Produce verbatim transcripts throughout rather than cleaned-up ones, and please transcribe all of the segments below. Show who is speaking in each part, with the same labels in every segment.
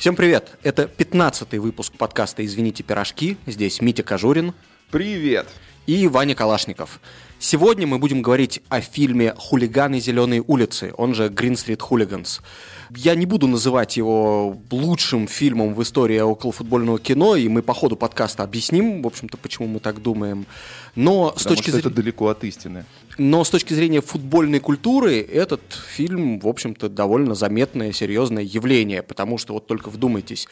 Speaker 1: Всем привет! Это пятнадцатый выпуск подкаста «Извините, пирожки». Здесь Митя Кожурин.
Speaker 2: Привет!
Speaker 1: И Ваня Калашников. Сегодня мы будем говорить о фильме «Хулиганы зеленой улицы», он же Green Street Hooligans. Я не буду называть его лучшим фильмом в истории околофутбольного кино, и мы по ходу подкаста объясним, в общем-то, почему мы так думаем. Но
Speaker 2: Потому
Speaker 1: с точки
Speaker 2: что
Speaker 1: зрения...
Speaker 2: это далеко от истины.
Speaker 1: Но с точки зрения футбольной культуры этот фильм, в общем-то, довольно заметное, серьезное явление, потому что, вот только вдумайтесь,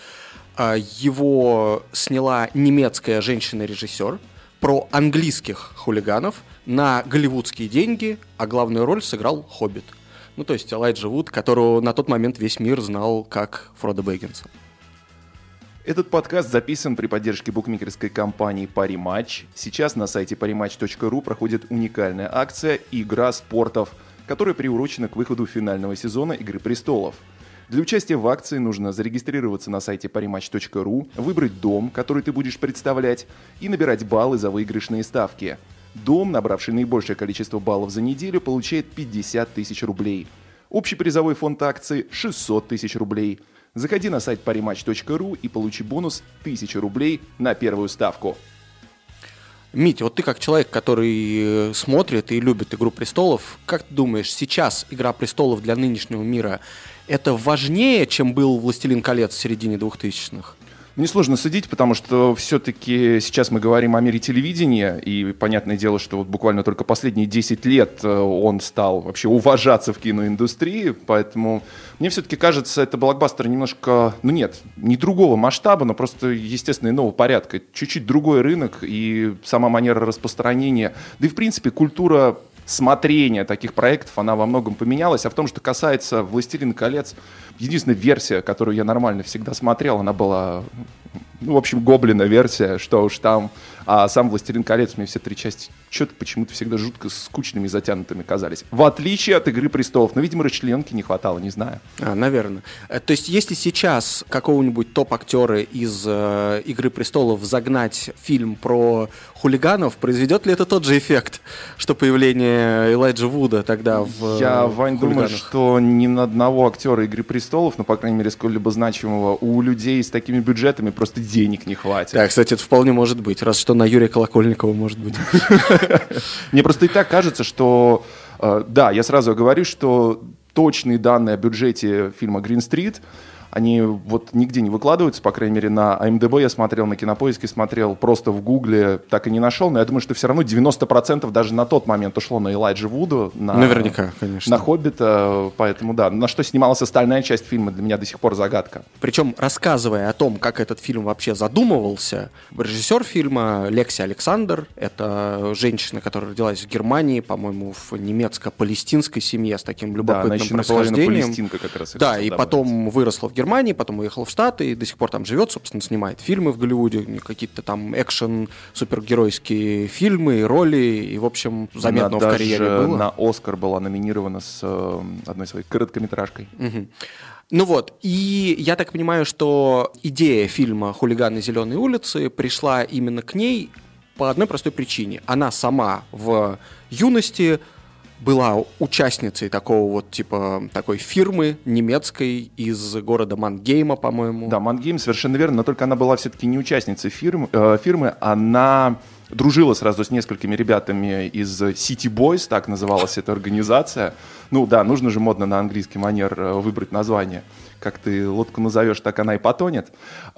Speaker 1: его сняла немецкая женщина-режиссер про английских хулиганов на голливудские деньги, а главную роль сыграл «Хоббит». Ну, то есть Элайджа Вуд, которого на тот момент весь мир знал как Фродо Бэггинса.
Speaker 2: Этот подкаст записан при поддержке букмекерской компании «Париматч». Сейчас на сайте париматч точка ру проходит уникальная акция «Игра спортов», которая приурочена к выходу финального сезона «Игры престолов». Для участия в акции нужно зарегистрироваться на сайте париматч точка ру, выбрать дом, который ты будешь представлять, и набирать баллы за выигрышные ставки. Дом, набравший наибольшее количество баллов за неделю, получает пятьдесят тысяч рублей. Общий призовой фонд акции – шестьсот тысяч рублей. Заходи на сайт париматч точка ру и получи бонус тысяча рублей на первую ставку.
Speaker 1: Митя, вот ты как человек, который смотрит и любит «Игру престолов», как ты думаешь, сейчас «Игра престолов» для нынешнего мира – это важнее, чем был «Властелин колец» в середине двухтысячных?
Speaker 2: Мне сложно судить, потому что все-таки сейчас мы говорим о мире телевидения, и понятное дело, что вот буквально только последние десять лет он стал вообще уважаться в киноиндустрии, поэтому мне все-таки кажется, это блокбастер немножко, ну нет, не другого масштаба, но просто, естественно, иного порядка. Чуть-чуть другой рынок и сама манера распространения, да и в принципе культура смотрения таких проектов, она во многом поменялась. А в том, что касается «Властелина колец», единственная версия, которую я нормально всегда смотрел, она была, ну, в общем, гоблина версия, что уж там. А сам «Властелин колец» мне все три части что-то почему-то всегда жутко скучными и затянутыми казались. В отличие от «Игры престолов». Но, видимо, расчленки не хватало, не знаю.
Speaker 1: А, наверное. То есть, если сейчас какого-нибудь топ-актера из э, «Игры престолов» загнать фильм про хулиганов, произведет ли это тот же эффект, что появление Элайджа Вуда тогда в
Speaker 2: Я, Вань,
Speaker 1: «Хулиганах»?
Speaker 2: думаю, что ни на одного актера «Игры престолов», ну, по крайней мере, сколь-либо значимого, у людей с такими бюджетами просто денег не хватит.
Speaker 1: Да, кстати, это вполне может быть. Раз что на Юрия Колокольникова может быть.
Speaker 2: Мне просто и так кажется, что... Э, да, я сразу говорю, что точные данные о бюджете фильма «Green Street», они вот нигде не выкладываются, по крайней мере, на ай эм ди би я смотрел, на Кинопоиске смотрел, просто в Гугле так и не нашел, но я думаю, что все равно девяносто процентов даже на тот момент ушло на Элайджа Вуда, на,
Speaker 1: наверняка, конечно,
Speaker 2: на «Хоббита», поэтому да, на что снималась остальная часть фильма, для меня до сих пор загадка.
Speaker 1: Причем, рассказывая о том, как этот фильм вообще задумывался, режиссер фильма Лекси Александр, это женщина, которая родилась в Германии, по-моему, в немецко-палестинской семье с таким любопытным
Speaker 2: да,
Speaker 1: происхождением.
Speaker 2: Палестинка как раз.
Speaker 1: Да, и потом выросла в Германии, потом уехала в Штаты и до сих пор там живет, собственно, снимает фильмы в Голливуде, какие-то там экшен, супергеройские фильмы, роли, и, в общем, заметно в карьере было.
Speaker 2: На «Оскар» была номинирована с э, одной своей короткометражкой.
Speaker 1: Угу. Ну вот, и я так понимаю, что идея фильма «Хулиганы зеленой улицы» пришла именно к ней по одной простой причине. Она сама в юности была участницей такого вот типа такой фирмы немецкой из города Мангейма, по-моему.
Speaker 2: Да, Мангейм, совершенно верно, но только она была все-таки не участницей фирмы, э, фирмы, она дружила сразу с несколькими ребятами из City Boys, так называлась эта организация. Ну да, нужно же модно на английский манер выбрать название. Как ты лодку назовешь, так она и потонет.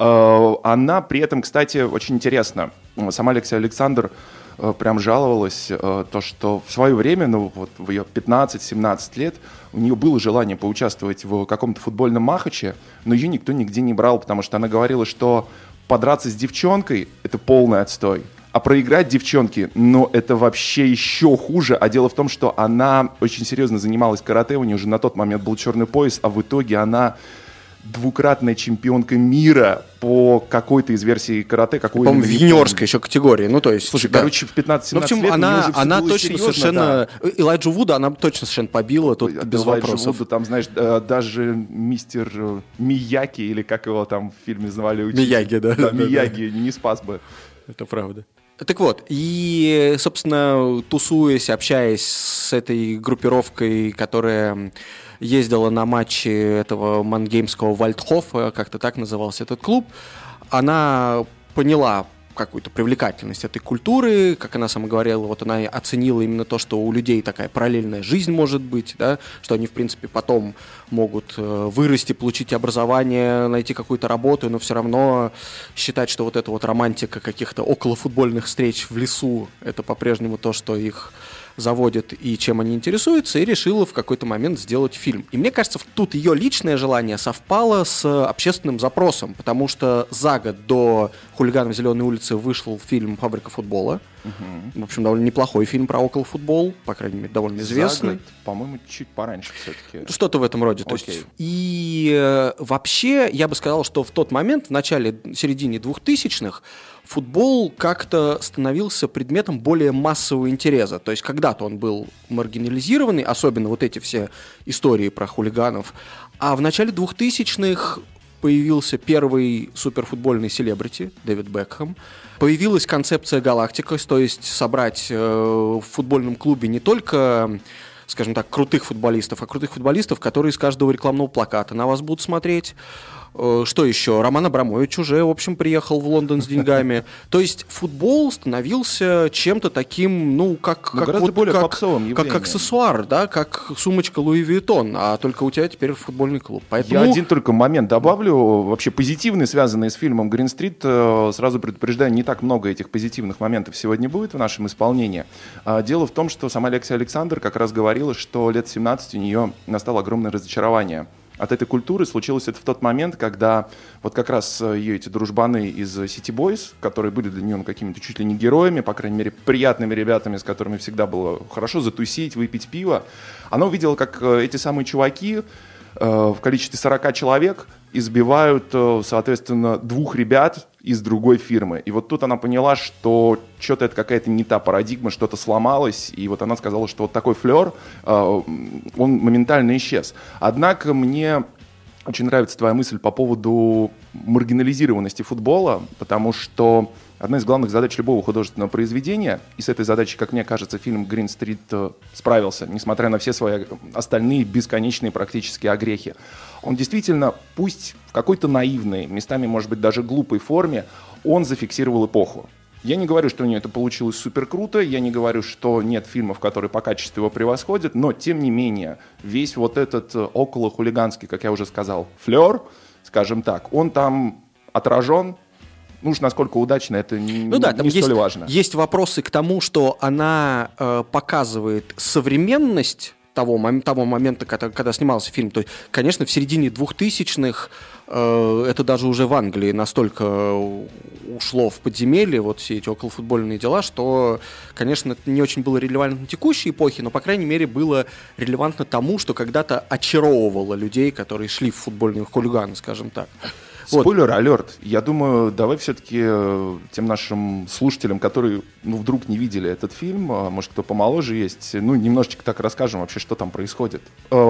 Speaker 2: Э, она при этом, кстати, очень интересно. Сама Лекси Александр прям жаловалась, то, что в свое время, ну вот в ее пятнадцать-семнадцать лет, у нее было желание поучаствовать в каком-то футбольном махаче, но ее никто нигде не брал, потому что она говорила, что подраться с девчонкой – это полный отстой. А проиграть девчонке, ну, это вообще еще хуже. А дело в том, что она очень серьезно занималась карате, у нее уже на тот момент был черный пояс, а в итоге она двукратная чемпионка мира по какой-то из версий карате, какой
Speaker 1: по-моему, в юниорской еще категории. Ну, то есть,
Speaker 2: слушай,
Speaker 1: да.
Speaker 2: короче, в пятнадцать-семнадцать
Speaker 1: в общем,
Speaker 2: лет
Speaker 1: она,
Speaker 2: у нее уже
Speaker 1: она
Speaker 2: было
Speaker 1: точно
Speaker 2: серьезно,
Speaker 1: совершенно...
Speaker 2: Да.
Speaker 1: Элайджу Вуда она точно совершенно побила, тут
Speaker 2: Ой,
Speaker 1: без
Speaker 2: Элайджу
Speaker 1: вопросов.
Speaker 2: Вуду, там, знаешь, даже мистер Мияги, или как его там в фильме звали? Учитель.
Speaker 1: Мияги, да.
Speaker 2: Да,
Speaker 1: да
Speaker 2: Мияги,
Speaker 1: да.
Speaker 2: не спас бы.
Speaker 1: Это правда. Так вот, и, собственно, тусуясь, общаясь с этой группировкой, которая ездила на матчи этого мангеймского Вальдхофа, как-то так назывался этот клуб. Она поняла какую-то привлекательность этой культуры, как она сама говорила, вот она оценила именно то, что у людей такая параллельная жизнь может быть, да, что они, в принципе, потом могут вырасти, получить образование, найти какую-то работу, но все равно считать, что вот эта вот романтика каких-то околофутбольных встреч в лесу, это по-прежнему то, что их заводит и чем они интересуются, и решила в какой-то момент сделать фильм. И мне кажется, тут ее личное желание совпало с общественным запросом, потому что за год до «Хулиганов Зеленой улицы» вышел фильм «Фабрика футбола». Угу. В общем, довольно неплохой фильм про околофутбол, по крайней мере, довольно известный.
Speaker 2: За год, по-моему, чуть пораньше все-таки.
Speaker 1: Что-то в этом роде. То есть, и э, вообще, я бы сказал, что в тот момент, в начале, середине двухтысячных, футбол как-то становился предметом более массового интереса. То есть когда-то он был маргинализированный, особенно вот эти все истории про хулиганов. А в начале двухтысячных появился первый суперфутбольный селебрити Дэвид Бекхэм. Появилась концепция «Галактика», то есть собрать э, в футбольном клубе не только, скажем так, крутых футболистов, а крутых футболистов, которые с каждого рекламного плаката на вас будут смотреть. Что еще? Роман Абрамович уже, в общем, приехал в Лондон с деньгами. То есть футбол становился чем-то таким, ну, как, как,
Speaker 2: гораздо
Speaker 1: вот,
Speaker 2: более
Speaker 1: как,
Speaker 2: попсовым явлением.
Speaker 1: Как аксессуар, да, как сумочка Луи Виттон, а только у тебя теперь футбольный клуб. Поэтому...
Speaker 2: Я один только момент добавлю, вообще позитивный, связанный с фильмом «Грин-стрит». Сразу предупреждаю, не так много этих позитивных моментов сегодня будет в нашем исполнении. Дело в том, что сама Алексия Александр как раз говорила, что лет семнадцать у нее настало огромное разочарование от этой культуры. Случилось это в тот момент, когда вот как раз ее эти дружбаны из City Boys, которые были для нее ну, какими-то чуть ли не героями, по крайней мере, приятными ребятами, с которыми всегда было хорошо затусить, выпить пиво, она увидела, как эти самые чуваки э, в количестве сорок человек избивают, э, соответственно, двух ребят из другой фирмы. И вот тут она поняла, что что-то это какая-то не та парадигма, что-то сломалось, и вот она сказала, что вот такой флер, э, он моментально исчез. Однако мне очень нравится твоя мысль по поводу маргинализированности футбола, потому что одна из главных задач любого художественного произведения, и с этой задачей, как мне кажется, фильм «Грин-стрит» справился, несмотря на все свои остальные бесконечные практически огрехи. Он действительно, пусть в какой-то наивной, местами, может быть, даже глупой форме, он зафиксировал эпоху. Я не говорю, что у нее это получилось супер круто, я не говорю, что нет фильмов, которые по качеству его превосходят, но, тем не менее, весь вот этот околохулиганский, как я уже сказал, флер, скажем так, он там отражен. Ну уж насколько удачно, это не, ну, да, там не
Speaker 1: есть,
Speaker 2: столь важно.
Speaker 1: Есть вопросы к тому, что она э, показывает современность того, мом- того момента, когда, когда снимался фильм. То есть, конечно, в середине двухтысячных э, это даже уже в Англии настолько ушло в подземелье, вот все эти околофутбольные дела, что, конечно, это не очень было релевантно текущей эпохе, но, по крайней мере, было релевантно тому, что когда-то очаровывало людей, которые шли в футбольные хулиганы, скажем так.
Speaker 2: Спойлер-алерт. Я думаю, давай все-таки тем нашим слушателям, которые ну, вдруг не видели этот фильм, может, кто помоложе есть, ну, немножечко так расскажем вообще, что там происходит.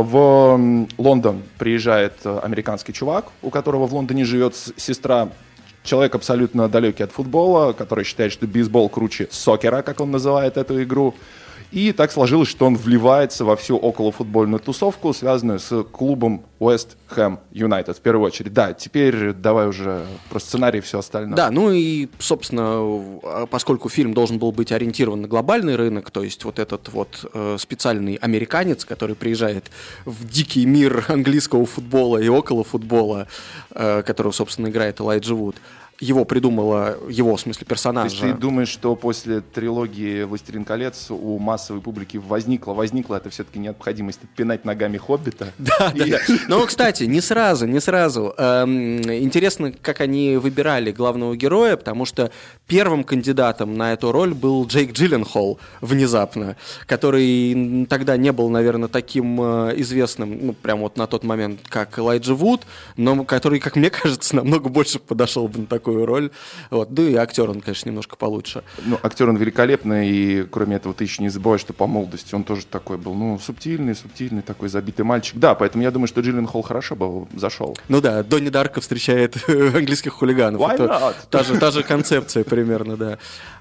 Speaker 2: В Лондон приезжает американский чувак, у которого в Лондоне живет сестра, человек абсолютно далекий от футбола, который считает, что бейсбол круче сокера, как он называет эту игру. И так сложилось, что он вливается во всю околофутбольную тусовку, связанную с клубом West Ham United, в первую очередь. Да, теперь давай уже про сценарий и все остальное.
Speaker 1: Да, ну и, собственно, поскольку фильм должен был быть ориентирован на глобальный рынок, то есть вот этот вот э, специальный американец, который приезжает в дикий мир английского футбола и околофутбола, э, которого, собственно, играет Элайджа Вуд, его придумала, его, в смысле, персонажа.
Speaker 2: То есть ты думаешь, что после трилогии «Властелин колец» у массовой публики возникла, возникла это все-таки необходимость пинать ногами «Хоббита»?
Speaker 1: Да, да. Но, кстати, не сразу, не сразу. Интересно, как они выбирали главного героя, потому что первым кандидатом на эту роль был Джейк Джилленхол внезапно, который тогда не был, наверное, таким известным, ну, прям вот на тот момент, как Элайджа Вуд, но который, как мне кажется, намного больше подошел бы на такой роль. Вот. Да и актер он, конечно, немножко получше.
Speaker 2: Ну, актер он великолепный, и кроме этого ты еще не забывай, что по молодости он тоже такой был, ну, субтильный, субтильный, такой забитый мальчик. Да, поэтому я думаю, что Джилленхол хорошо бы зашел.
Speaker 1: Ну да, Донни Дарко встречает английских хулиганов.
Speaker 2: Why not?
Speaker 1: Та же, та же концепция примерно, да.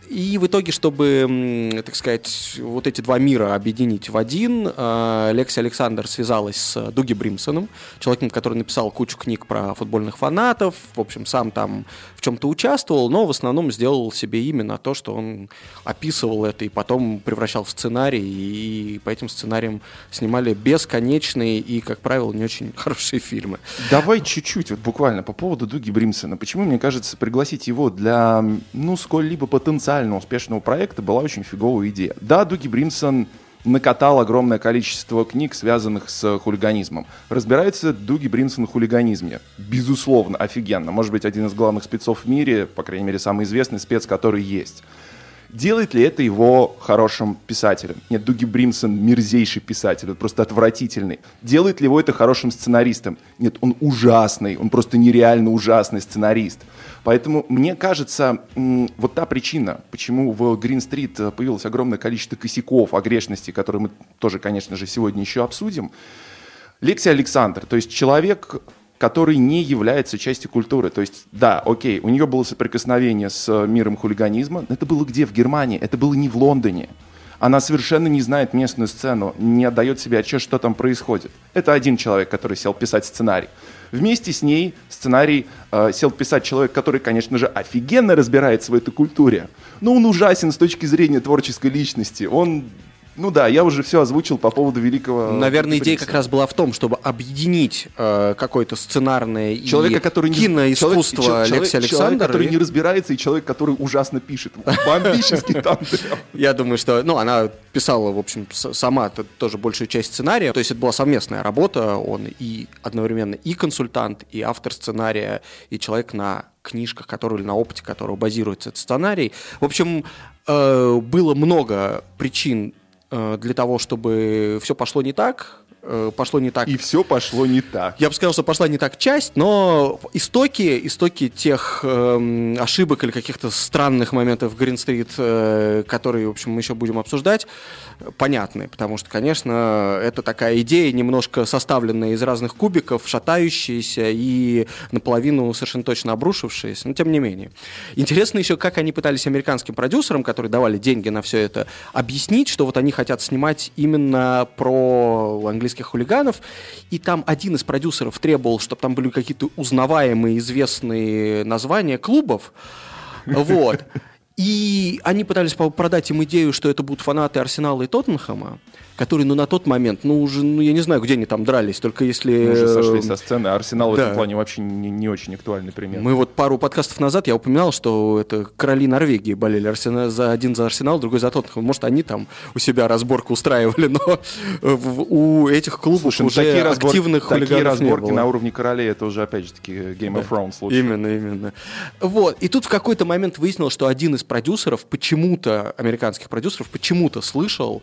Speaker 1: И в итоге, чтобы, так сказать, вот эти два мира объединить в один, Лекси Александр связалась с Дуги Бримсоном, человеком, который написал кучу книг про футбольных фанатов, в общем, сам там в чем-то участвовал, но в основном сделал себе имя на то, что он описывал это и потом превращал в сценарий, и по этим сценариям снимали бесконечные и, как правило, не очень хорошие фильмы.
Speaker 2: Давай чуть-чуть, вот буквально по поводу Дуги Бримсона. Почему, мне кажется, пригласить его для, ну, сколь-либо потенциально успешного проекта была очень фиговая идея. Да, Дуги Бримсон накатал огромное количество книг, связанных с хулиганизмом. Разбирается Дуги Бримсон в хулиганизме. Безусловно, офигенно. Может быть, один из главных спецов в мире, по крайней мере, самый известный спец, который есть. Делает ли это его хорошим писателем? Нет, Дуги Бримсон мерзейший писатель, он просто отвратительный. Делает ли его это хорошим сценаристом? Нет, он ужасный, он просто нереально ужасный сценарист. Поэтому, мне кажется, вот та причина, почему в Грин-стрит появилось огромное количество косяков, огрешностей, которые мы тоже, конечно же, сегодня еще обсудим. Лекси Александр, то есть человек, который не является частью культуры. То есть, да, окей, у нее было соприкосновение с миром хулиганизма, но это было где? В Германии, это было не в Лондоне. Она совершенно не знает местную сцену, не отдает себе отчет, что там происходит. Это один человек, который сел писать сценарий. Вместе с ней сценарий э, сел писать человек, который, конечно же, офигенно разбирается в этой культуре. Но он ужасен с точки зрения творческой личности. Он... Ну да, я уже все озвучил по поводу великого...
Speaker 1: Наверное, идея как раз была в том, чтобы объединить э, какое-то сценарное
Speaker 2: человека,
Speaker 1: и
Speaker 2: который
Speaker 1: киноискусство
Speaker 2: человек,
Speaker 1: Лекси
Speaker 2: человек,
Speaker 1: Александр.
Speaker 2: Человек, который
Speaker 1: и...
Speaker 2: не разбирается, и человек, который ужасно пишет. Бомбический там.
Speaker 1: Я думаю, что... Ну, она писала, в общем, сама тоже большую часть сценария. То есть это была совместная работа. Он и одновременно и консультант, и автор сценария, и человек на книжках, который, на опыте которого базируется этот сценарий. В общем, э, было много причин для того, чтобы все пошло не так, пошло не так.
Speaker 2: И все пошло не так.
Speaker 1: Я бы сказал, что пошла не так часть, но истоки, истоки тех э, ошибок или каких-то странных моментов в Грин-стрит, э, которые, в общем, мы еще будем обсуждать, понятны, потому что, конечно, это такая идея, немножко составленная из разных кубиков, шатающаяся и наполовину совершенно точно обрушившаяся, но тем не менее. Интересно еще, как они пытались американским продюсерам, которые давали деньги на все это, объяснить, что вот они хотят снимать именно про английских хулиганов, и там один из продюсеров требовал, чтобы там были какие-то узнаваемые, известные названия клубов, вот. И они пытались продать им идею, что это будут фанаты Арсенала и Тоттенхэма, которые, ну, на тот момент, ну, уже, ну, я не знаю, где они там дрались, только если...
Speaker 2: Мы уже сошли со сцены, Арсенал
Speaker 1: да.
Speaker 2: в этом плане вообще не, не очень актуальный пример.
Speaker 1: Мы вот пару подкастов назад, я упоминал, что это короли Норвегии болели Арсенал, за один за Арсенал, другой за Тоттенхэм. Может, они там у себя разборку устраивали, но в, у этих клубов Слушай, уже такие активных
Speaker 2: разбор,
Speaker 1: хулиганов
Speaker 2: такие разборки
Speaker 1: не было.
Speaker 2: На уровне королей, это уже, опять же таки, Game
Speaker 1: да.
Speaker 2: of Thrones лучше.
Speaker 1: Именно, именно. Вот. И тут в какой-то момент выяснилось, что один из продюсеров, почему-то, американских продюсеров, почему-то слышал,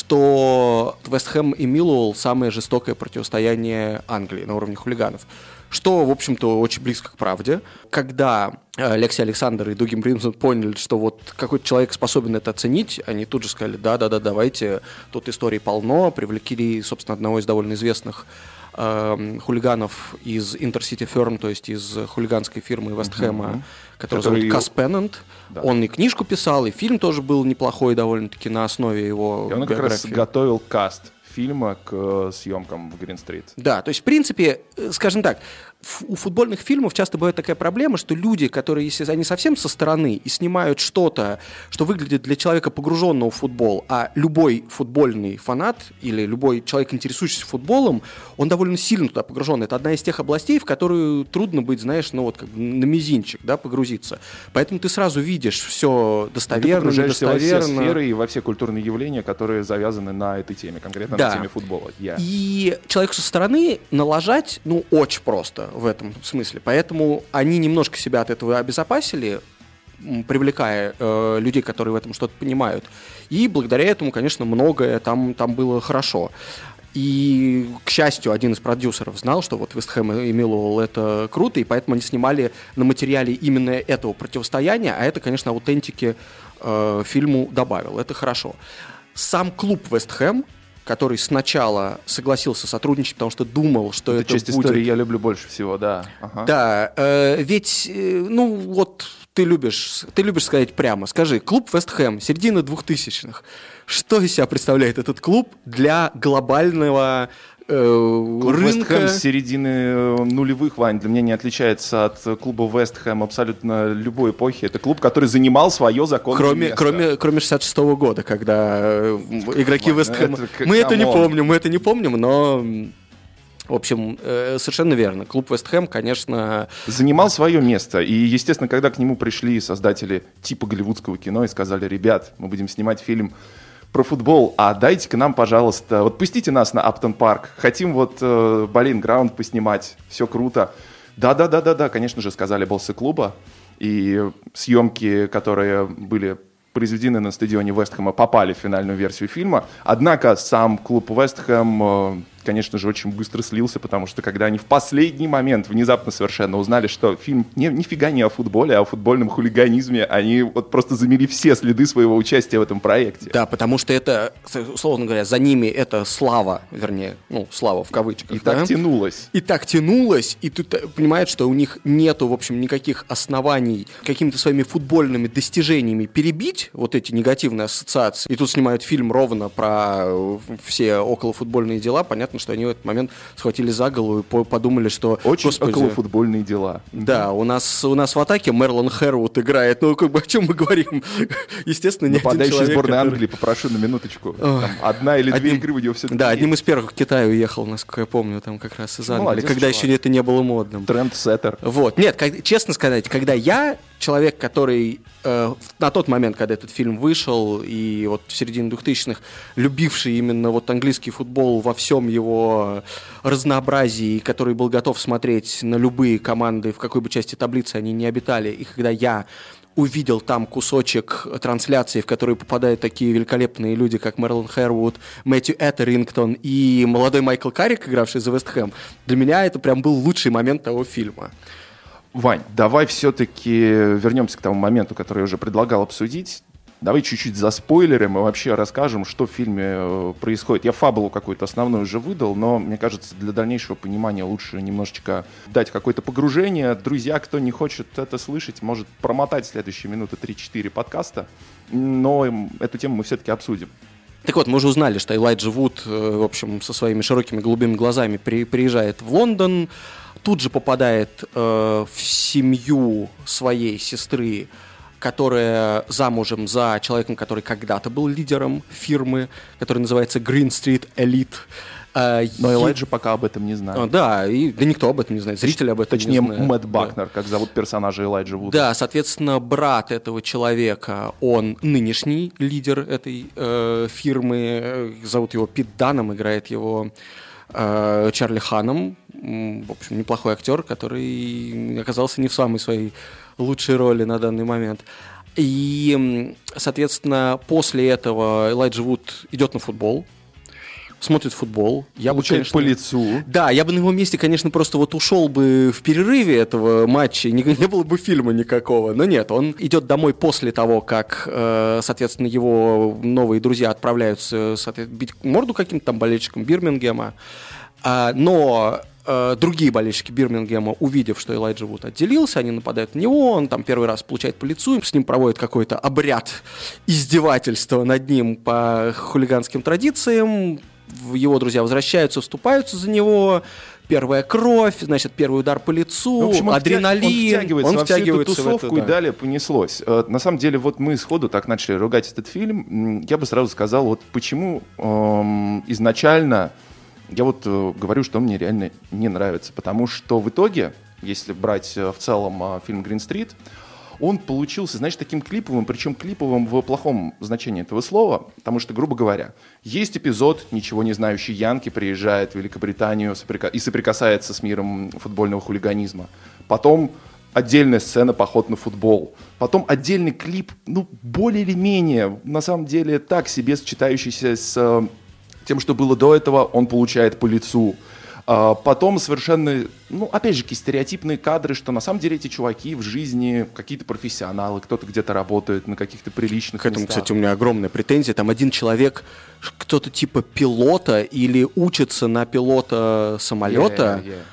Speaker 1: что Вест Хэм и Миллуэлл самое жестокое противостояние Англии на уровне хулиганов. Что, в общем-то, очень близко к правде. Когда э, Лекси Александр и Дуги Бримсон поняли, что вот какой-то человек способен это оценить, они тут же сказали, да-да-да, давайте, тут историй полно, привлекли, собственно, одного из довольно известных э, хулиганов из Intercity Firm, то есть из хулиганской фирмы Вест Хэма, uh-huh. который, который зовут Кас Пеннант. Да. Он и книжку писал, и фильм тоже был неплохой довольно-таки на основе его
Speaker 2: и он
Speaker 1: биографии.
Speaker 2: Как раз готовил каст фильма к э, съемкам в Грин-стрит.
Speaker 1: Да, то есть, в принципе, скажем так, у футбольных фильмов часто бывает такая проблема, что люди, которые, если они совсем со стороны и снимают что-то, что выглядит для человека погруженного в футбол, а любой футбольный фанат или любой человек, интересующийся футболом, он довольно сильно туда погружен. Это одна из тех областей, в которую трудно быть, знаешь, ну вот как на мизинчик, да, погрузиться. Поэтому ты сразу видишь все достоверно,
Speaker 2: ты
Speaker 1: недостоверно.
Speaker 2: Во все сферы и во все культурные явления, которые завязаны на этой теме, конкретно
Speaker 1: да.
Speaker 2: на теме футбола. Yeah.
Speaker 1: И человеку со стороны налажать, ну, очень просто в этом смысле. Поэтому они немножко себя от этого обезопасили, привлекая э, людей, которые в этом что-то понимают. И благодаря этому, конечно, многое там, там было хорошо. И, к счастью, один из продюсеров знал, что вот Вест Хэм и Миллуэлл это круто, и поэтому они снимали на материале именно этого противостояния, а это, конечно, аутентики э, фильму добавил. Это хорошо. Сам клуб Вест Хэм, который сначала согласился сотрудничать, потому что думал, что это,
Speaker 2: это часть
Speaker 1: будет...
Speaker 2: истории я люблю больше всего, да. Ага.
Speaker 1: Да, э, ведь, э, ну вот ты любишь, ты любишь сказать прямо. Скажи, клуб Вест Хэм, середина двухтысячных. Что из себя представляет этот клуб для глобального э,
Speaker 2: Клуб
Speaker 1: рынка?
Speaker 2: Вест Хэм с середины нулевых, Вань, для меня не отличается от клуба Вест Хэм абсолютно любой эпохи. Это клуб, который занимал свое законное
Speaker 1: кроме,
Speaker 2: место.
Speaker 1: Кроме, кроме шестьдесят шестого года, когда э, игроки Вест Хэма... Мы это не помним, мы это не помним, но... В общем, э, совершенно верно. Клуб Вест Хэм, конечно...
Speaker 2: Занимал свое место. И, естественно, когда к нему пришли создатели типа голливудского кино и сказали: ребят, мы будем снимать фильм про футбол, а дайте-ка нам, пожалуйста, вот пустите нас на Аптон Парк. Хотим вот э, Болейн Граунд поснимать. Все круто. Да-да-да-да-да, конечно же, сказали боссы клуба. И съемки, которые были произведены на стадионе Вест Хэма, попали в финальную версию фильма. Однако сам клуб Вест Хэм, э, конечно же, очень быстро слился, потому что когда они в последний момент внезапно совершенно узнали, что фильм не, нифига не о футболе, а о футбольном хулиганизме, они вот просто замели все следы своего участия в этом проекте.
Speaker 1: Да, потому что это, условно говоря, за ними это слава, вернее, ну, слава в кавычках.
Speaker 2: И
Speaker 1: да?
Speaker 2: так тянулось.
Speaker 1: И так тянулось, и тут понимают, что у них нету, в общем, никаких оснований какими-то своими футбольными достижениями перебить вот эти негативные ассоциации. И тут снимают фильм ровно про все околофутбольные дела. Понятно, что они в этот момент схватили за голову и подумали, что...
Speaker 2: Очень
Speaker 1: господи,
Speaker 2: околофутбольные дела.
Speaker 1: Да, у нас, у нас в атаке Мерлон Хэрвуд играет. Ну, как бы, о чем мы говорим? Естественно, не один человек,
Speaker 2: Нападающий сборной
Speaker 1: который...
Speaker 2: Англии, попрошу на минуточку. Там одна или
Speaker 1: Одним...
Speaker 2: две игры у него все-таки
Speaker 1: Да,
Speaker 2: есть.
Speaker 1: одним из первых в Китай уехал, насколько я помню, там как раз из Англии,
Speaker 2: Молодец,
Speaker 1: когда
Speaker 2: чувак.
Speaker 1: еще это не было модным.
Speaker 2: Трендсеттер.
Speaker 1: Вот. Нет, как, честно сказать, когда я, человек, который э, на тот момент, когда этот фильм вышел, и вот в середине двухтысячных, любивший именно вот английский футбол во всем его разнообразии, который был готов смотреть на любые команды, в какой бы части таблицы они ни обитали, и когда я увидел там кусочек трансляции, в который попадают такие великолепные люди, как Мерлон Хэрвуд, Мэтью Этерингтон и молодой Майкл Каррик, игравший за Вест Хэм, для меня это прям был лучший момент того фильма.
Speaker 2: Вань, давай все-таки вернемся к тому моменту, который я уже предлагал обсудить. Давай чуть-чуть заспойлерим и вообще расскажем, что в фильме э, происходит. Я фабулу какую-то основную уже выдал, но, мне кажется, для дальнейшего понимания лучше немножечко дать какое-то погружение. Друзья, кто не хочет это слышать, может промотать следующие минуты три-четыре подкаста, но эм, эту тему мы все-таки обсудим. Так
Speaker 1: вот, мы уже узнали, что Элайджа Вуд, э, в общем, со своими широкими голубыми глазами при, приезжает в Лондон, тут же попадает э, в семью своей сестры, которая замужем за человеком, который когда-то был лидером фирмы, который называется Green Street Elite.
Speaker 2: Но Элайджа пока об этом не знает.
Speaker 1: Да, и да никто об этом не знает, зрители об этом
Speaker 2: Точнее,
Speaker 1: не знают.
Speaker 2: Точнее, Мэтт Бакнер, да. Как зовут персонажа Элайджа Вуда.
Speaker 1: Да, соответственно, брат этого человека, он нынешний лидер этой э, фирмы, зовут его Пит Данном, играет его э, Чарли Ханом, в общем, неплохой актер, который оказался не в самой своей лучшей роли на данный момент. И, соответственно, после этого Элайджа Вуд идет на футбол, смотрит футбол. Я
Speaker 2: Получает
Speaker 1: бы, конечно,
Speaker 2: по лицу.
Speaker 1: Да, я бы на его месте, конечно, просто вот ушел бы в перерыве этого матча, не, не было бы фильма никакого. Но нет, он идет домой после того, как, э, соответственно, его новые друзья отправляются бить морду каким-то там болельщикам Бирмингема. А, но э, другие болельщики Бирмингема, увидев, что Элайджа Вуд отделился, они нападают на него, он там первый раз получает по лицу, с ним проводят какой-то обряд издевательства над ним по хулиганским традициям. Его друзья возвращаются, вступаются за него. Первая кровь, значит, первый удар по лицу,
Speaker 2: в общем, он
Speaker 1: адреналин.
Speaker 2: Он втягивается,
Speaker 1: он
Speaker 2: во
Speaker 1: втягивается
Speaker 2: всю эту тусовку,
Speaker 1: в это, да.
Speaker 2: И далее понеслось. На самом деле, вот мы сходу так начали ругать этот фильм. Я бы сразу сказал, вот почему эм, изначально я вот э, говорю, что он мне реально не нравится. Потому что в итоге, если брать э, в целом э, фильм «Green Street», он получился, знаешь, таким клиповым, причем клиповым в плохом значении этого слова, потому что, грубо говоря, есть эпизод, ничего не знающий Янки приезжает в Великобританию и соприкасается с миром футбольного хулиганизма. Потом отдельная сцена «Поход на футбол». Потом отдельный клип, ну, более или менее, на самом деле, так себе сочетающийся с тем, что было до этого, он получает по лицу. Потом совершенно, ну, опять же, стереотипные кадры, что на самом деле эти чуваки в жизни какие-то профессионалы, кто-то где-то работает на каких-то приличных
Speaker 1: К этому,
Speaker 2: местах.
Speaker 1: кстати, у меня огромная претензия. Там один человек, кто-то типа пилота или учится на пилота самолета.
Speaker 2: Yeah, yeah, yeah.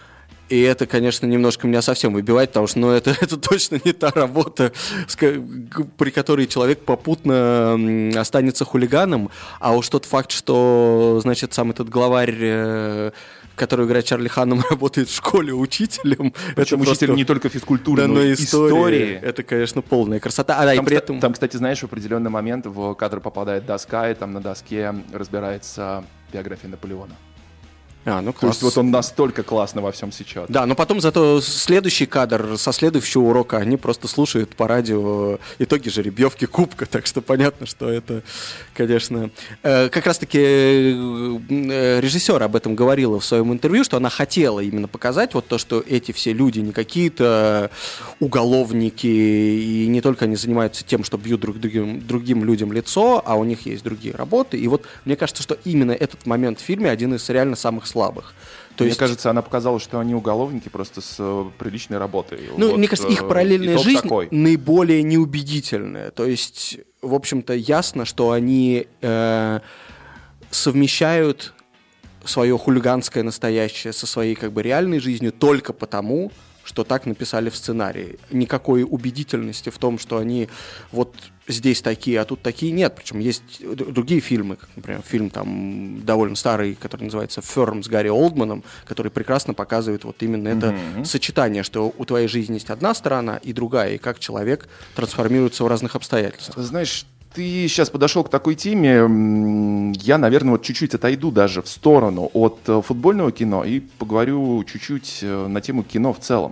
Speaker 1: И это, конечно, немножко меня совсем выбивает, потому что ну, это, это точно не та работа, при которой человек попутно останется хулиганом. А уж тот факт, что, значит, сам этот главарь, который играет Чарли Ханнам, работает в школе учителем.
Speaker 2: Причем
Speaker 1: это
Speaker 2: учителем
Speaker 1: просто...
Speaker 2: не только физкультуры,
Speaker 1: да,
Speaker 2: но и истории. истории.
Speaker 1: Это, конечно, полная красота. А, да,
Speaker 2: там,
Speaker 1: и при этом...
Speaker 2: там, кстати, знаешь, в определенный момент в кадр попадает доска, и там на доске разбирается биография Наполеона.
Speaker 1: А, ну,
Speaker 2: То есть вот он настолько классно во всем сечет.
Speaker 1: Да, но потом зато следующий кадр со следующего урока они просто слушают по радио итоги жеребьевки кубка, так что понятно, что это, конечно... Э, как раз-таки э, режиссер об этом говорила в своем интервью, что она хотела именно показать вот то, что эти все люди не какие-то уголовники, и не только они занимаются тем, что бьют друг другим, другим людям лицо, а у них есть другие работы. И вот мне кажется, что именно этот момент в фильме один из реально самых слабых. слабых.
Speaker 2: То мне есть... кажется, она показала, что они уголовники просто с э, приличной работой.
Speaker 1: Ну,
Speaker 2: вот,
Speaker 1: мне кажется, их параллельная жизнь
Speaker 2: такой.
Speaker 1: наиболее неубедительная. То есть, в общем-то, ясно, что они э, совмещают свое хулиганское настоящее со своей как бы реальной жизнью только потому, что так написали в сценарии. Никакой убедительности в том, что они вот здесь такие, а тут такие, нет. Причем есть другие фильмы, как, например, фильм там довольно старый, который называется «Ферм» с Гарри Олдманом, который прекрасно показывает вот именно это mm-hmm. сочетание, что у твоей жизни есть одна сторона и другая, и как человек трансформируется в разных обстоятельствах.
Speaker 2: Знаешь, ты сейчас подошел к такой теме, я, наверное, вот чуть-чуть отойду даже в сторону от футбольного кино и поговорю чуть-чуть на тему кино в целом.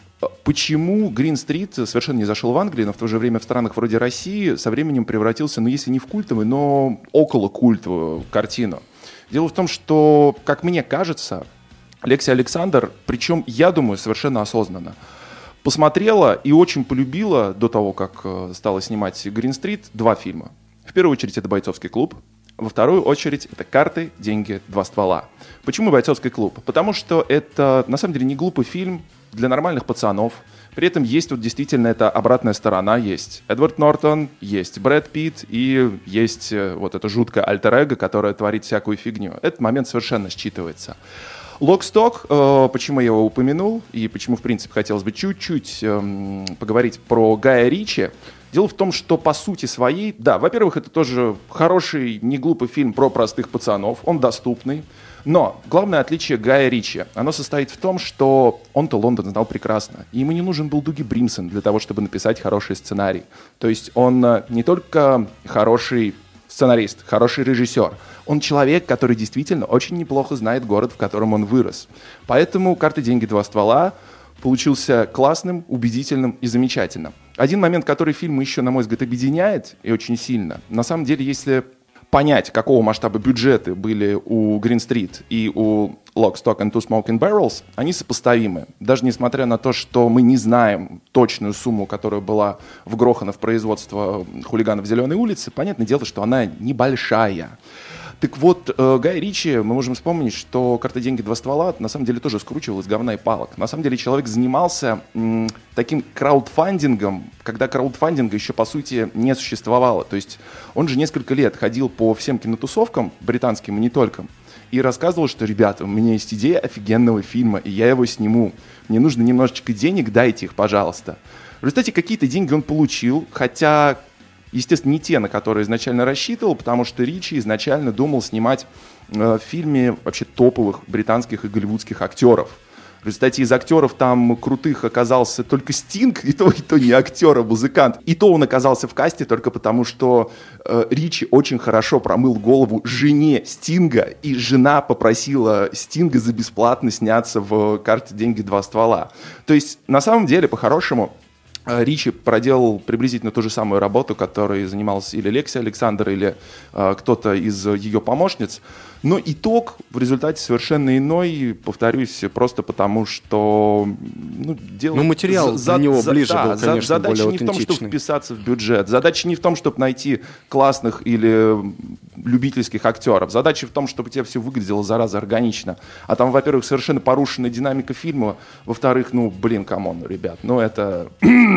Speaker 2: Почему Green Street совершенно не зашел в Англии, но в то же время в странах вроде России со временем превратился, ну, если не в культовую, но около культовую картину? Дело в том, что, как мне кажется, Лексия Александр, причем, я думаю, совершенно осознанно, посмотрела и очень полюбила до того, как стала снимать Green Street, два фильма. В первую очередь это «Бойцовский клуб», во вторую очередь это «Карты, деньги, два ствола». Почему «Бойцовский клуб»? Потому что это, на самом деле, не глупый фильм для нормальных пацанов. При этом есть вот действительно эта обратная сторона. Есть Эдвард Нортон, есть Брэд Питт и есть вот это жуткое альтер-эго, которое творит всякую фигню. Этот момент совершенно считывается. «Лок-сток», э, почему я его упомянул и почему, в принципе, хотелось бы чуть-чуть э, поговорить про Гая Ричи. Дело в том, что по сути своей, да, во-первых, это тоже хороший, не глупый фильм про простых пацанов, он доступный. Но главное отличие Гая Ричи, оно состоит в том, что он-то Лондон знал прекрасно. И ему не нужен был Дуги Бримсон для того, чтобы написать хороший сценарий. То есть он не только хороший сценарист, хороший режиссер, он человек, который действительно очень неплохо знает город, в котором он вырос. Поэтому «Карты, деньги, два ствола» получился классным, убедительным и замечательным. Один момент, который фильм еще, на мой взгляд, объединяет и очень сильно, на самом деле, если понять, какого масштаба бюджеты были у Green Street и у Lock, Stock and Two Smoking Barrels, они сопоставимы. Даже несмотря на то, что мы не знаем точную сумму, которая была вгрохана в производство «Хулиганов Зеленой улицы», понятное дело, что она небольшая. Так вот, э, Гай Ричи, мы можем вспомнить, что «Карты, деньги, два ствола» на самом деле тоже скручивал из говна и палок. На самом деле человек занимался м, таким краудфандингом, когда краудфандинга еще, по сути, не существовало. То есть он же несколько лет ходил по всем кинотусовкам, британским и не только, и рассказывал, что, ребята, у меня есть идея офигенного фильма, и я его сниму. Мне нужно немножечко денег, дайте их, пожалуйста. В результате какие-то деньги он получил, хотя... Естественно, не те, на которые изначально рассчитывал, потому что Ричи изначально думал снимать э, в фильме вообще топовых британских и голливудских актеров. В результате из актеров там крутых оказался только Стинг, и то, и то не актер, а музыкант. И то он оказался в касте только потому, что э, Ричи очень хорошо промыл голову жене Стинга, и жена попросила Стинга за бесплатно сняться в «Карте, деньги, два ствола». То есть, на самом деле, по-хорошему, Ричи проделал приблизительно ту же самую работу, которой занималась или Лексия Александр, или э, кто-то из ее помощниц. Но итог в результате совершенно иной, повторюсь, просто потому что... Ну, дело...
Speaker 1: ну материал за, для него за, ближе да, был, конечно,
Speaker 2: задача
Speaker 1: более
Speaker 2: не в том, чтобы вписаться в бюджет, задача не в том, чтобы найти классных или любительских актеров, задача в том, чтобы тебе все выглядело, зараза, органично. А там, во-первых, совершенно порушена динамика фильма, во-вторых, ну, блин, камон, ребят, ну это...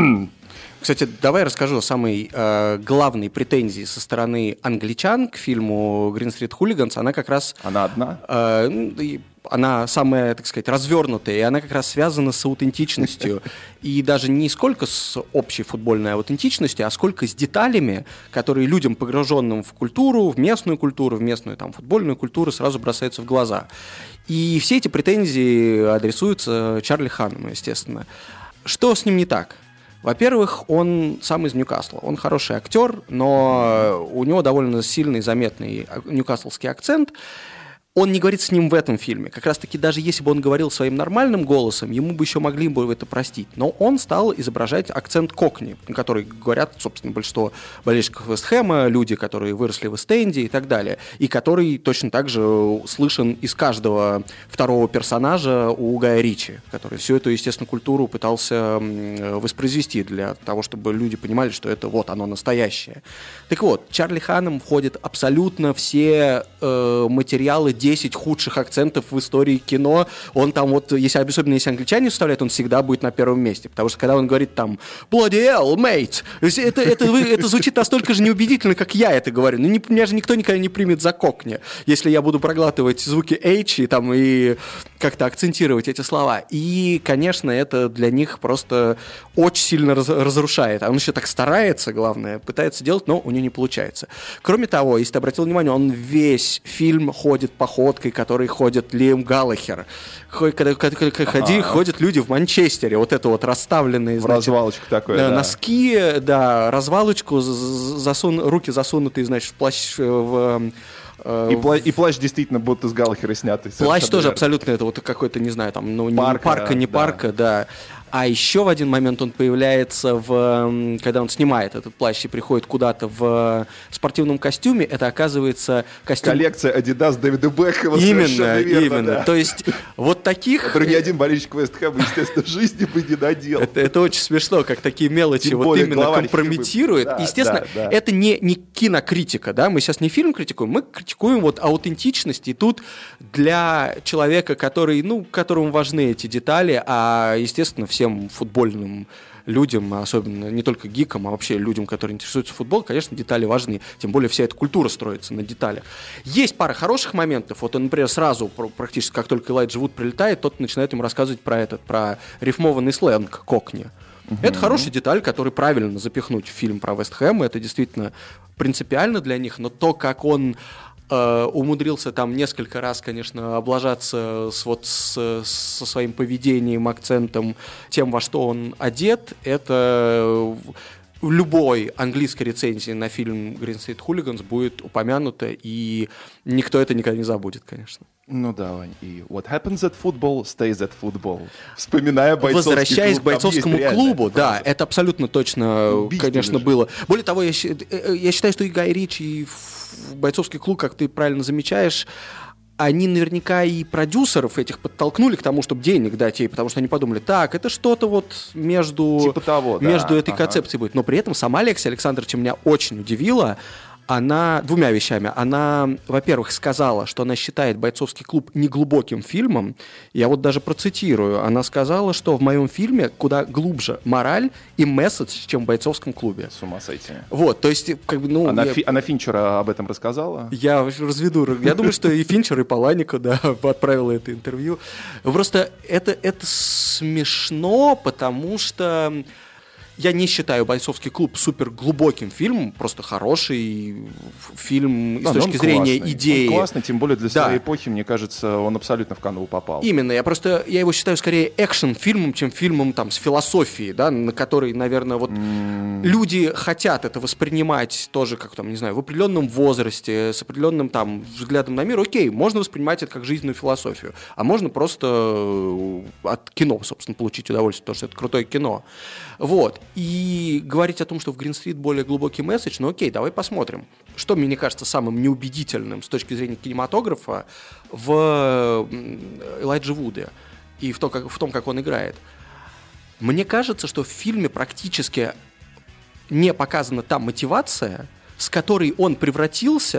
Speaker 1: Кстати, давай расскажу о самой э, главной претензии со стороны англичан к фильму Green Street Hooligans. Она как раз...
Speaker 2: Она одна?
Speaker 1: Э, она самая, так сказать, развернутая, и она как раз связана с аутентичностью. И даже не сколько с общей футбольной аутентичностью, а сколько с деталями, которые людям, погруженным в культуру, в местную культуру, в местную там, футбольную культуру, сразу бросаются в глаза. И все эти претензии адресуются Чарли Ханнему, естественно. Что с ним не так? Во-первых, он сам из Ньюкасла. Он хороший актер, но у него довольно сильный, заметный ньюкаслский акцент. Он не говорит с ним в этом фильме. Как раз-таки даже если бы он говорил своим нормальным голосом, ему бы еще могли бы это простить. Но он стал изображать акцент кокни, на который говорят, собственно, большинство болельщиков Вест Хэма, люди, которые выросли в Эст-Энде и так далее, и который точно так же слышен из каждого второго персонажа у Гая Ричи, который всю эту, естественно, культуру пытался воспроизвести для того, чтобы люди понимали, что это вот оно настоящее. Так вот, Чарли Ханнем входит абсолютно все э, материалы десять худших акцентов в истории кино. Он там вот, если, особенно если англичане вставляют, он всегда будет на первом месте. Потому что когда он говорит там «Bloody hell, mate», это, это, это звучит настолько же неубедительно, как я это говорю. Ну, не, меня же никто никогда не примет за кокни, если я буду проглатывать звуки H и, там, и как-то акцентировать эти слова. И, конечно, это для них просто очень сильно раз, разрушает. А он еще так старается, главное, пытается делать, но у него не получается. Кроме того, если ты обратил внимание, он весь фильм ходит по походкой, которой ходит Лиам Галлахер. Когда, когда, когда ходи, ходят люди в Манчестере, вот это вот расставленные,
Speaker 2: в
Speaker 1: значит,
Speaker 2: развалочку такое, да.
Speaker 1: носки, да, развалочку, засун, руки засунутые, значит, в плащ, в...
Speaker 2: И, пла- и плащ действительно будто с Галлахера снятый.
Speaker 1: Плащ тоже верно. Абсолютно, это вот какой-то, не знаю, там, ну, парка, не парка, не да. парка, да. А еще в один момент он появляется, в, когда он снимает этот плащ и приходит куда-то в спортивном костюме, это оказывается костюм...
Speaker 2: Коллекция Adidas Дэвида Бекхэма.
Speaker 1: Именно,
Speaker 2: верно,
Speaker 1: именно.
Speaker 2: Да.
Speaker 1: То есть вот таких...
Speaker 2: Который ни один болельщик Вест Хэма, естественно, в жизни бы не надел.
Speaker 1: Это, это очень смешно, как такие мелочи
Speaker 2: Тем
Speaker 1: вот
Speaker 2: более
Speaker 1: именно компрометируют.
Speaker 2: Да,
Speaker 1: естественно,
Speaker 2: да, да.
Speaker 1: это не, не кинокритика, да, мы сейчас не фильм критикуем, мы критикуем вот аутентичность, и тут для человека, который, ну, которому важны эти детали, а, естественно, всем футбольным людям, особенно не только гикам, а вообще людям, которые интересуются футболом, конечно, детали важны. Тем более вся эта культура строится на деталях. Есть пара хороших моментов. Вот, например, сразу, практически как только Элайджа Вуд прилетает, тот начинает ему рассказывать про этот, про рифмованный сленг кокни. Uh-huh. Это хорошая деталь, которую правильно запихнуть в фильм про Вест Хэм. Это действительно принципиально для них, но то, как он Uh, умудрился там несколько раз, конечно, облажаться с, вот, с, со своим поведением, акцентом, тем, во что он одет, это в любой английской рецензии на фильм Green Street Hooligans будет упомянуто, и никто это никогда не забудет, конечно.
Speaker 2: Ну да, Вань, и what happens at football stays at football. Вспоминая бойцовский
Speaker 1: Возвращаясь
Speaker 2: клуб,
Speaker 1: к бойцовскому клубу, да,
Speaker 2: фраза.
Speaker 1: это абсолютно точно, конечно, же. было. Более того, я, я считаю, что и Гай Ричи, и бойцовский клуб, как ты правильно замечаешь, они наверняка и продюсеров этих подтолкнули к тому, чтобы денег дать ей, потому что они подумали, так, это что-то вот между,
Speaker 2: типа того,
Speaker 1: между
Speaker 2: да,
Speaker 1: этой
Speaker 2: ага.
Speaker 1: концепцией будет. Но при этом сама Алексия Александровича меня очень удивила. Она двумя вещами. Она, во-первых, сказала, что она считает «Бойцовский клуб» неглубоким фильмом. Я вот даже процитирую. Она сказала, что в моем фильме куда глубже мораль и месседж, чем в «Бойцовском клубе».
Speaker 2: С ума сойти.
Speaker 1: Вот, то есть, как бы, ну...
Speaker 2: Она,
Speaker 1: я...
Speaker 2: Фи- она Финчера об этом рассказала?
Speaker 1: Я разведу. Я думаю, что и Финчер, и Паланика, да, отправила это интервью. Просто это, это смешно, потому что... Я не считаю «Бойцовский клуб» супер глубоким фильмом, просто хороший фильм
Speaker 2: да,
Speaker 1: с точки зрения
Speaker 2: классный.
Speaker 1: идеи.
Speaker 2: Он классный, тем более для своей
Speaker 1: да.
Speaker 2: эпохи, мне кажется, он абсолютно в канву попал.
Speaker 1: Именно, я просто, я его считаю скорее экшн-фильмом, чем фильмом там с философией, да, на который, наверное, вот mm. люди хотят это воспринимать тоже, как там, не знаю, в определенном возрасте, с определенным там взглядом на мир. Окей, можно воспринимать это как жизненную философию, а можно просто от кино, собственно, получить удовольствие, потому что это крутое кино. Вот. И говорить о том, что в Green Street более глубокий месседж, ну окей, давай посмотрим. Что мне кажется самым неубедительным с точки зрения кинематографа в Элайджа Вуде и в том, как, в том, как он играет. Мне кажется, что в фильме практически не показана та мотивация, с которой он превратился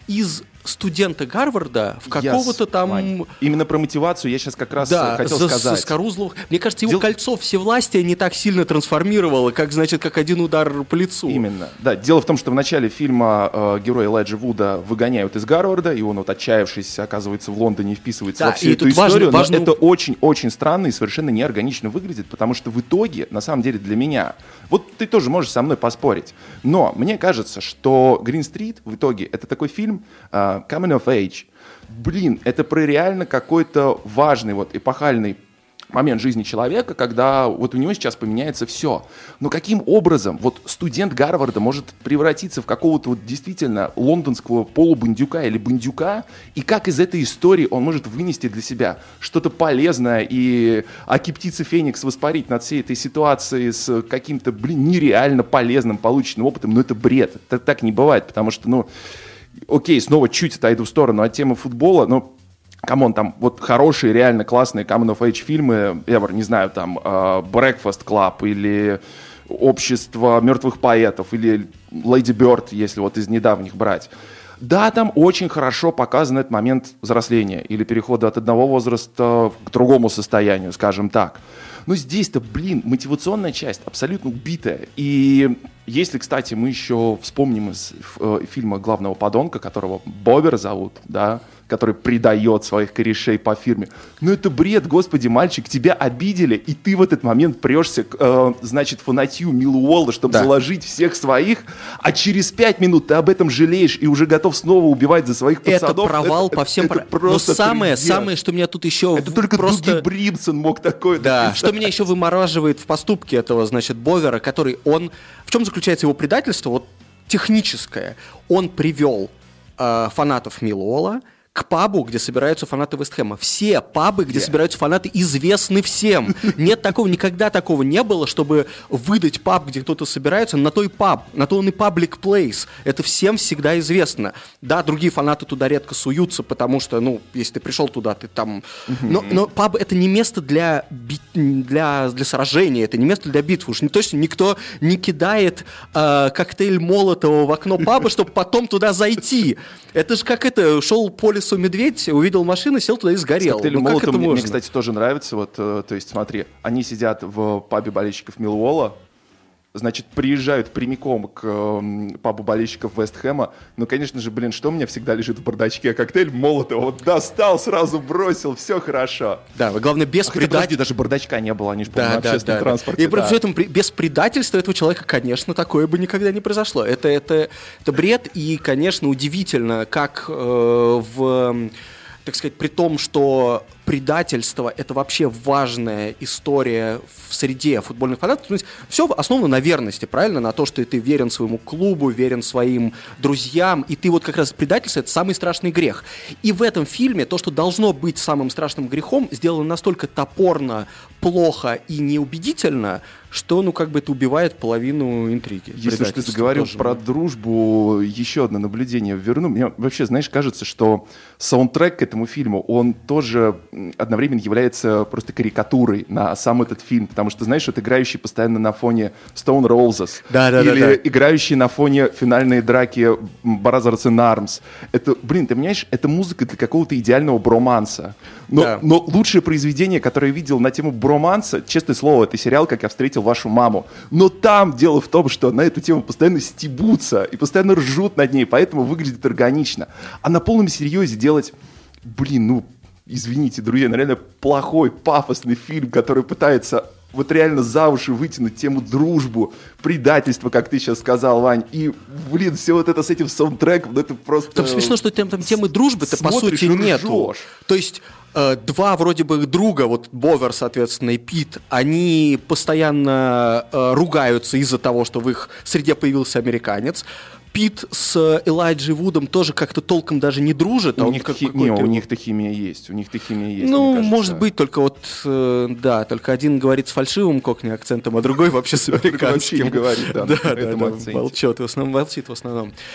Speaker 1: из студента Гарварда в какого-то
Speaker 2: yes,
Speaker 1: там...
Speaker 2: Вань. Именно про мотивацию я сейчас как раз
Speaker 1: да,
Speaker 2: хотел
Speaker 1: за,
Speaker 2: сказать.
Speaker 1: Заскорузлых. Мне кажется, его
Speaker 2: Дел...
Speaker 1: кольцо всевластия не так сильно трансформировало, как, значит, как один удар по лицу.
Speaker 2: Именно. Да, дело в том, что в начале фильма э, героя Элайджа Вуда выгоняют из Гарварда, и он, вот, отчаявшись, оказывается в Лондоне и вписывается
Speaker 1: да,
Speaker 2: во всю эту
Speaker 1: важно,
Speaker 2: историю.
Speaker 1: важно...
Speaker 2: Но это очень-очень странно и совершенно неорганично выглядит, потому что в итоге, на самом деле, для меня, вот ты тоже можешь со мной поспорить, но мне кажется, что Green Street в итоге это такой фильм э, coming of age. Блин, это про реально какой-то важный, вот, эпохальный момент жизни человека, когда вот у него сейчас поменяется все. Но каким образом вот студент Гарварда может превратиться в какого-то вот действительно лондонского полубандюка или бандюка, и как из этой истории он может вынести для себя что-то полезное и аки птица Феникс воспарить над всей этой ситуацией с каким-то, блин, нереально полезным полученным опытом, но это бред. Это так не бывает, потому что, ну, окей, снова чуть отойду в сторону от темы футбола, но, камон, там вот хорошие, реально классные coming of age фильмы, я не знаю, там, uh, Breakfast Club или Общество мертвых поэтов или Lady Bird, если вот из недавних брать. Да, там очень хорошо показан этот момент взросления или перехода от одного возраста к другому состоянию, скажем так. Но здесь-то, блин, мотивационная часть абсолютно убитая. И если, кстати, мы еще вспомним из э, фильма «Главного подонка», которого Бобер зовут, да, который предает своих корешей по фирме. Ну это бред, господи, мальчик, тебя обидели, и ты в этот момент прешься к, э, значит, фанатью Миллуолла, чтобы да. заложить всех своих, а через пять минут ты об этом жалеешь и уже готов снова убивать за своих пацанов.
Speaker 1: Это провал это, по всем...
Speaker 2: Это,
Speaker 1: про... Но самое, самое, что меня тут еще...
Speaker 2: Это только
Speaker 1: просто...
Speaker 2: Дуги Бримсон мог такое
Speaker 1: Да,
Speaker 2: написать.
Speaker 1: Что меня еще вымораживает в поступке этого, значит, Бовера, который он... В чем заключается его предательство? Вот техническое. Он привел э, фанатов Миллуолла к пабу, где собираются фанаты Вест Хэма. Все пабы, где yeah. собираются фанаты, известны всем. Нет такого, никогда такого не было, чтобы выдать паб, где кто-то собирается, на той паб, на то он и public place. Это всем всегда известно. Да, другие фанаты туда редко суются, потому что, ну, если ты пришел туда, ты там... Но, но паб — это не место для, бит... для, для сражения, это не место для битвы. Уж не точно никто не кидает э, коктейль Молотова в окно паба, чтобы потом туда зайти. Это же как это, шел по лесу медведь, увидел машину, сел туда и сгорел.
Speaker 2: Ну, Молотом мне, мне, кстати, тоже нравится. Вот, э, то есть, смотри, они сидят в пабе болельщиков Миллуолла, значит, приезжают прямиком к э, пабу болельщиков Вест Хэма. Ну, конечно же, блин, что у меня всегда лежит в бардачке? Коктейль Молотова. Вот достал, сразу бросил, все хорошо.
Speaker 1: Да, главное, без предательства.
Speaker 2: Даже бардачка не было, они же,
Speaker 1: да,
Speaker 2: по-моему,
Speaker 1: да,
Speaker 2: на общественном
Speaker 1: да,
Speaker 2: транспорте.
Speaker 1: И
Speaker 2: да.
Speaker 1: при этом без предательства этого человека, конечно, такое бы никогда не произошло. Это, это, это бред, и, конечно, удивительно, как э, в... так сказать, при том, что предательство — это вообще важная история в среде футбольных фанатов. То есть все основано на верности, правильно? На то, что ты верен своему клубу, верен своим друзьям, и ты вот как раз предательство — это самый страшный грех. И в этом фильме то, что должно быть самым страшным грехом, сделано настолько топорно, плохо и неубедительно, что, ну, как бы это убивает половину интриги.
Speaker 2: Если уж ты заговорил тоже, про да. дружбу, еще одно наблюдение верну. Мне вообще, знаешь, кажется, что саундтрек к этому фильму, он тоже одновременно является просто карикатурой на сам этот фильм, потому что, знаешь, вот играющий постоянно на фоне Stone Roses,
Speaker 1: да, да,
Speaker 2: или
Speaker 1: да, да.
Speaker 2: играющий на фоне финальной драки Brothers in Arms. Это, блин, ты понимаешь, это музыка для какого-то идеального броманса. Но,
Speaker 1: да.
Speaker 2: но лучшее произведение, которое я видел на тему броманса, честное слово, это сериал «Как я встретил вашу маму». Но там дело в том, что на эту тему постоянно стебутся и постоянно ржут над ней, поэтому выглядит органично. А на полном серьезе делать, блин, ну, извините, друзья, но реально плохой, пафосный фильм, который пытается вот реально за уши вытянуть тему дружбу, предательство, как ты сейчас сказал, Вань, и, блин, все вот это с этим саундтреком, ну это просто...
Speaker 1: Там смешно, что там, там темы дружбы-то по сути нету. То есть э, два вроде бы друга, вот Бовер, соответственно, и Пит, они постоянно э, ругаются из-за того, что в их среде появился американец. Пит с Элайджей Вудом тоже как-то толком даже не дружит.
Speaker 2: У,
Speaker 1: а
Speaker 2: них,
Speaker 1: как,
Speaker 2: хи... не, у них-то химия есть. У них-то химия есть.
Speaker 1: Ну, может быть, только вот, э, да, только один говорит с фальшивым кокни-акцентом, а другой вообще с американским.
Speaker 2: говорит, да,
Speaker 1: да, да, молчит, в основном молчит в основном.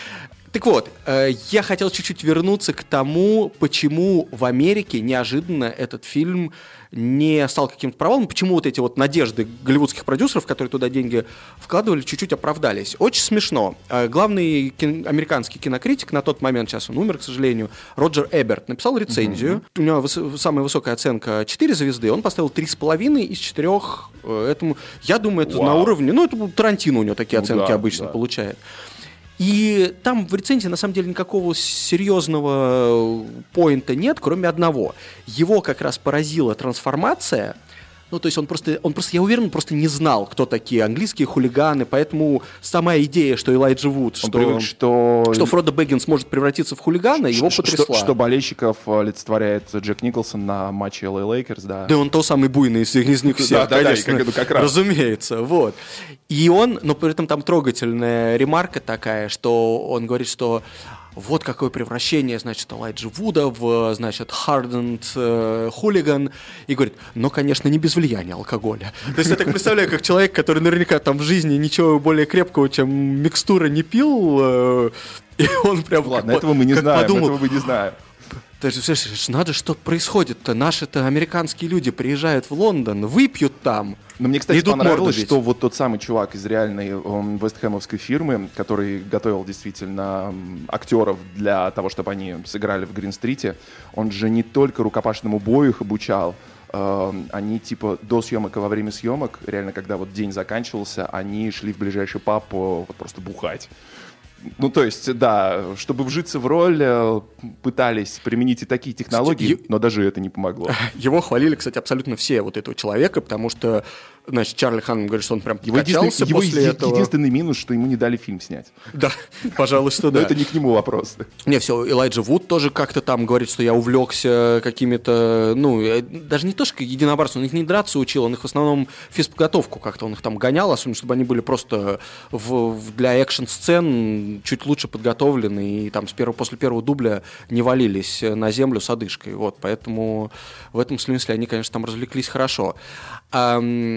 Speaker 1: Так вот, э, я хотел чуть-чуть вернуться к тому, почему в Америке неожиданно этот фильм не стал каким-то провалом, почему вот эти вот надежды голливудских продюсеров, которые туда деньги вкладывали, чуть-чуть оправдались. Очень смешно. Э, главный кин- американский кинокритик на тот момент, сейчас он умер, к сожалению, Роджер Эберт, написал рецензию. Mm-hmm. У него выс- самая высокая оценка четыре звезды, он поставил три с половиной из четырех. Э, этому, я думаю, это wow. на уровне, ну, это Тарантино у него такие ну, оценки да, обычно да. получает. И там в рецензии, на самом деле, никакого серьезного поинта нет, кроме одного. Его как раз поразила трансформация. Ну, то есть он просто, он просто, я уверен, он просто не знал, кто такие английские хулиганы, поэтому сама идея, что Элайджа Вуд, что,
Speaker 2: привык, что...
Speaker 1: что Фродо Бэггинс может превратиться в хулигана, его
Speaker 2: что,
Speaker 1: потрясла.
Speaker 2: Что, что болельщиков олицетворяет Джек Николсон на матче эл эй Lakers, да.
Speaker 1: Да, он тот самый буйный из, из них всех,
Speaker 2: да,
Speaker 1: конечно,
Speaker 2: да, да, как раз.
Speaker 1: Разумеется, вот. И он, но при этом там трогательная ремарка такая, что он говорит, что вот какое превращение, значит, Элайджа Вуда в, значит, hardened э, хулиган. И говорит, ну, конечно, не без влияния алкоголя. То есть я так представляю, как человек, который наверняка там в жизни ничего более крепкого, чем микстура, не пил, э, и он прям...
Speaker 2: Ладно, этого мы не знаем, этого мы не знаем.
Speaker 1: То есть, надо, что происходит-то. Наши-то американские люди приезжают в Лондон, выпьют там.
Speaker 2: Но мне, кстати, понравилось, что вот тот самый чувак из реальной эм, вестхэмовской фирмы, который готовил действительно эм, актеров для того, чтобы они сыграли в Грин-стрите, он же не только рукопашному бою их обучал, эм, они типа до съемок и во время съемок, реально, когда вот день заканчивался, они шли в ближайший паб вот, просто бухать. Ну, то есть, да, чтобы вжиться в роль, пытались применить и такие технологии, кстати, но даже это не помогло.
Speaker 1: Его хвалили, кстати, абсолютно все вот этого человека, потому что, значит, Чарли Ханнам говорит, что он прям
Speaker 2: его
Speaker 1: качался
Speaker 2: его
Speaker 1: после
Speaker 2: е-
Speaker 1: этого.
Speaker 2: Единственный минус, что ему не дали фильм снять.
Speaker 1: Да, пожалуй, что да.
Speaker 2: Но это не к нему вопрос.
Speaker 1: Не, все, Элайджа Вуд тоже как-то там говорит, что я увлекся какими-то, ну, даже не то, что единоборством, он их не драться учил, он их в основном физподготовку как-то, он их там гонял, особенно, чтобы они были просто в, в, для экшн-сцен чуть лучше подготовлены и там с первого, после первого дубля не валились на землю с одышкой. Вот, поэтому в этом смысле они, конечно, там развлеклись хорошо. А,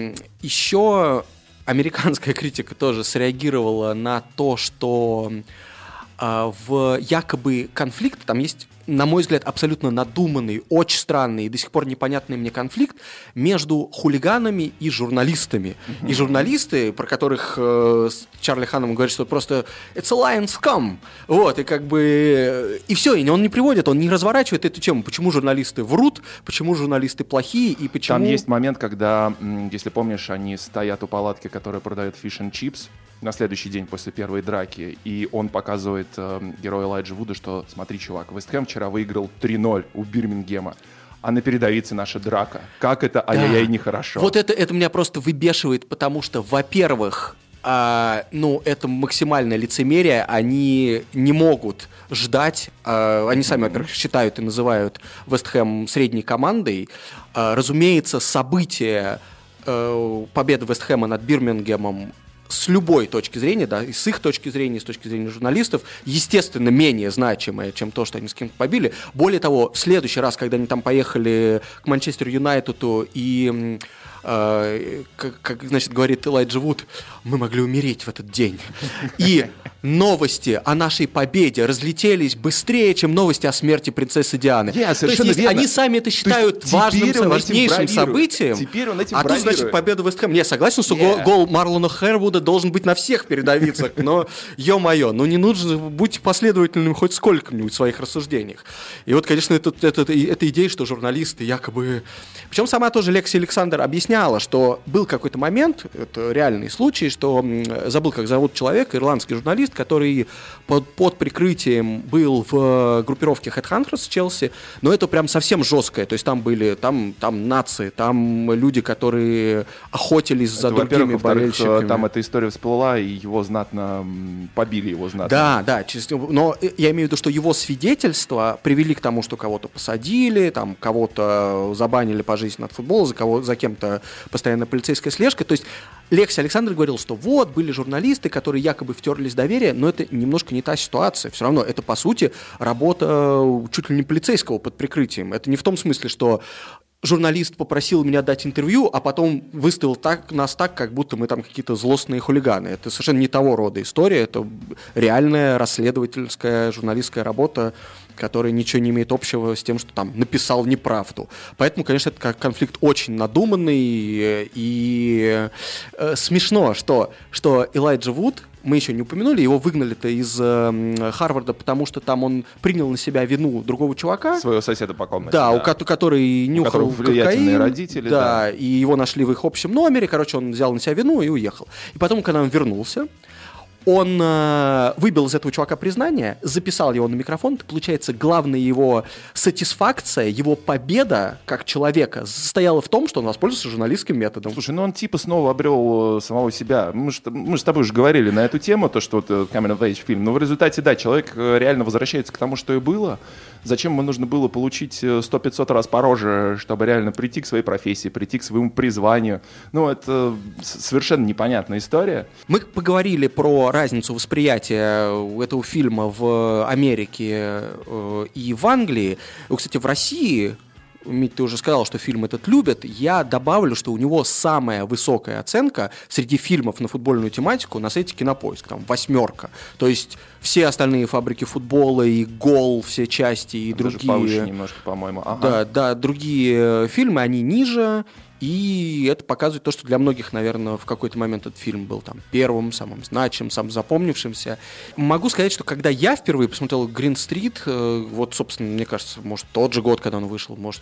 Speaker 1: еще американская критика тоже среагировала на то, что а, в якобы конфликт, там есть, на мой взгляд, абсолютно надуманный, очень странный и до сих пор непонятный мне конфликт между хулиганами и журналистами. Mm-hmm. И журналисты, про которых э, Чарли Ханнам говорит, что просто it's a lion's scum. Вот, и как бы... И все, и он не приводит, он не разворачивает эту тему. Почему журналисты врут, почему журналисты плохие и почему...
Speaker 2: Там есть момент, когда, если помнишь, они стоят у палатки, которая продает fish and chips, на следующий день после первой драки, и он показывает э, герою Элайджа Вуда, что, смотри, чувак, Вест Хэм вчера выиграл три ноль у Бирмингема, а на передовице наша драка. Как это, ай-яй-яй, нехорошо.
Speaker 1: Вот это, это меня просто выбешивает, потому что, во-первых, а, ну, это максимальное лицемерие, они не могут ждать, а, они сами, во-первых, считают и называют Вест Хэм средней командой. А, разумеется, событие а, победы Вест Хэма над Бирмингемом с любой точки зрения, да, и с их точки зрения, и с точки зрения журналистов, естественно, менее значимое, чем то, что они с кем-то побили. Более того, в следующий раз, когда они там поехали к Манчестер Юнайтеду и... Как, как, значит, говорит Элайджа Вуд, мы могли умереть в этот день. И новости о нашей победе разлетелись быстрее, чем новости о смерти принцессы Дианы.
Speaker 2: Yeah,
Speaker 1: То есть, есть они сами это считают важным, важнейшим событием.
Speaker 2: Теперь он этим
Speaker 1: а тут, значит, победа Вест Хэма. Я согласен, что yeah. гол, гол Марлона Хервуда должен быть на всех передовицах, но, ё-моё, ну не нужно, будьте последовательными хоть сколько-нибудь в своих рассуждениях. И вот, конечно, это, это, это, эта идея, что журналисты якобы... Причем сама тоже Лекси Александр объясняла, что был какой-то момент, это реальный случай, что забыл, как зовут человека, ирландский журналист, который под, под прикрытием был в группировке Headhunters Челси, но это прям совсем жесткое, то есть там были, там, там нации, там люди, которые охотились за это, другими болельщиками.
Speaker 2: Там эта история всплыла, и его знатно побили, его знатно.
Speaker 1: Да, да, но я имею в виду, что его свидетельства привели к тому, что кого-то посадили, там кого-то забанили пожизненно от футбола, за, кого, за кем-то постоянно полицейская слежка. То есть Лекси Александр говорил, что вот, были журналисты, которые якобы втерлись в доверие, но это немножко не та ситуация. Все равно это, по сути, работа чуть ли не полицейского под прикрытием. Это не в том смысле, что журналист попросил меня дать интервью, а потом выставил так, нас так, как будто мы там какие-то злостные хулиганы. Это совершенно не того рода история, это реальная расследовательская журналистская работа, которая ничего не имеет общего с тем, что там написал неправду. Поэтому, конечно, этот конфликт очень надуманный, и э, смешно, что, что Элайджа Вуд, мы еще не упомянули, его выгнали-то из э, Харварда, потому что там он принял на себя вину другого чувака.
Speaker 2: Своего соседа по комнате.
Speaker 1: Да,
Speaker 2: да.
Speaker 1: У, который нюхал
Speaker 2: влиятельные
Speaker 1: кокаин.
Speaker 2: родители.
Speaker 1: Да,
Speaker 2: да,
Speaker 1: и его нашли в их общем номере. Короче, он взял на себя вину и уехал. И потом, когда он вернулся, он э, выбил из этого чувака признание, записал его на микрофон. Это, получается, главная его сатисфакция, его победа как человека состояла в том, что он воспользовался журналистским методом.
Speaker 2: Слушай, ну он типа снова обрел самого себя. Мы же мы с тобой уже говорили на эту тему, то, что вот Coming of Age фильм. Но в результате, да, человек реально возвращается к тому, что и было. Зачем ему нужно было получить сто-пятьсот раз по роже, чтобы реально прийти к своей профессии, прийти к своему призванию? Ну, это совершенно непонятная история.
Speaker 1: Мы поговорили про разницу восприятия этого фильма в Америке и в Англии. Кстати, в России, Мить, ты уже сказал, что фильм этот любят. Я добавлю, что у него самая высокая оценка среди фильмов на футбольную тематику на сайте Кинопоиск, там восьмерка. То есть все остальные фабрики футбола и Гол, все части и
Speaker 2: Даже
Speaker 1: другие...
Speaker 2: повыше немножко, по-моему. Ага.
Speaker 1: Да, да, другие фильмы, они ниже. И это показывает то, что для многих, наверное, в какой-то момент этот фильм был там первым, самым значимым, самым запомнившимся. Могу сказать, что когда я впервые посмотрел «Грин-стрит», вот, собственно, мне кажется, может, тот же год, когда он вышел, может,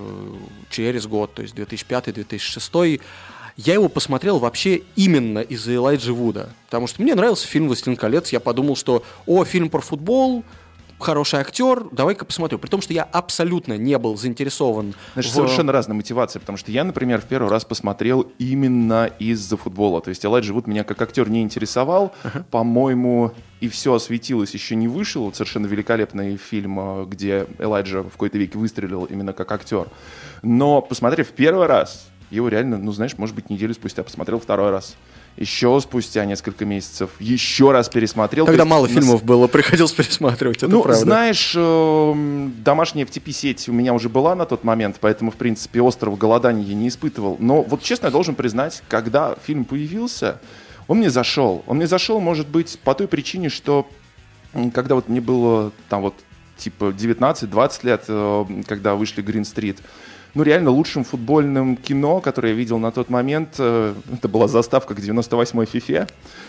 Speaker 1: через год, то есть две тысячи пятый - две тысячи шестой, я его посмотрел вообще именно из-за Элайджи Вуда, потому что мне нравился фильм «Властелин колец», я подумал, что, о, фильм про футбол, хороший актер, давай-ка посмотрю. При том, что я абсолютно не был заинтересован.
Speaker 2: Значит,
Speaker 1: в...
Speaker 2: совершенно разная мотивация, потому что я, например, в первый раз посмотрел именно из-за футбола. То есть Элайджа Вуд меня как актер не интересовал. Uh-huh. По-моему, «И все осветилось» еще не вышел. Вот совершенно великолепный фильм, где Элайджа в какой-то веке выстрелил именно как актер. Но, посмотрев в первый раз, его реально, ну, знаешь, может быть, неделю спустя посмотрел второй раз. Еще спустя несколько месяцев еще раз пересмотрел.
Speaker 1: Тогда
Speaker 2: есть,
Speaker 1: мало
Speaker 2: нас...
Speaker 1: фильмов было, приходилось пересматривать, это
Speaker 2: ну,
Speaker 1: правда.
Speaker 2: Знаешь, э, домашняя эф ти пи-сеть у меня уже была на тот момент, поэтому, в принципе, острого голодания я не испытывал. Но вот честно, я должен признать, когда фильм появился, он мне зашел. Он мне зашел, может быть, по той причине, что когда вот мне было там вот типа девятнадцать-двадцать лет, э, когда вышли «Грин-стрит», ну, реально лучшим футбольным кино, которое я видел на тот момент, э, это была заставка к девяносто восьмой фифе.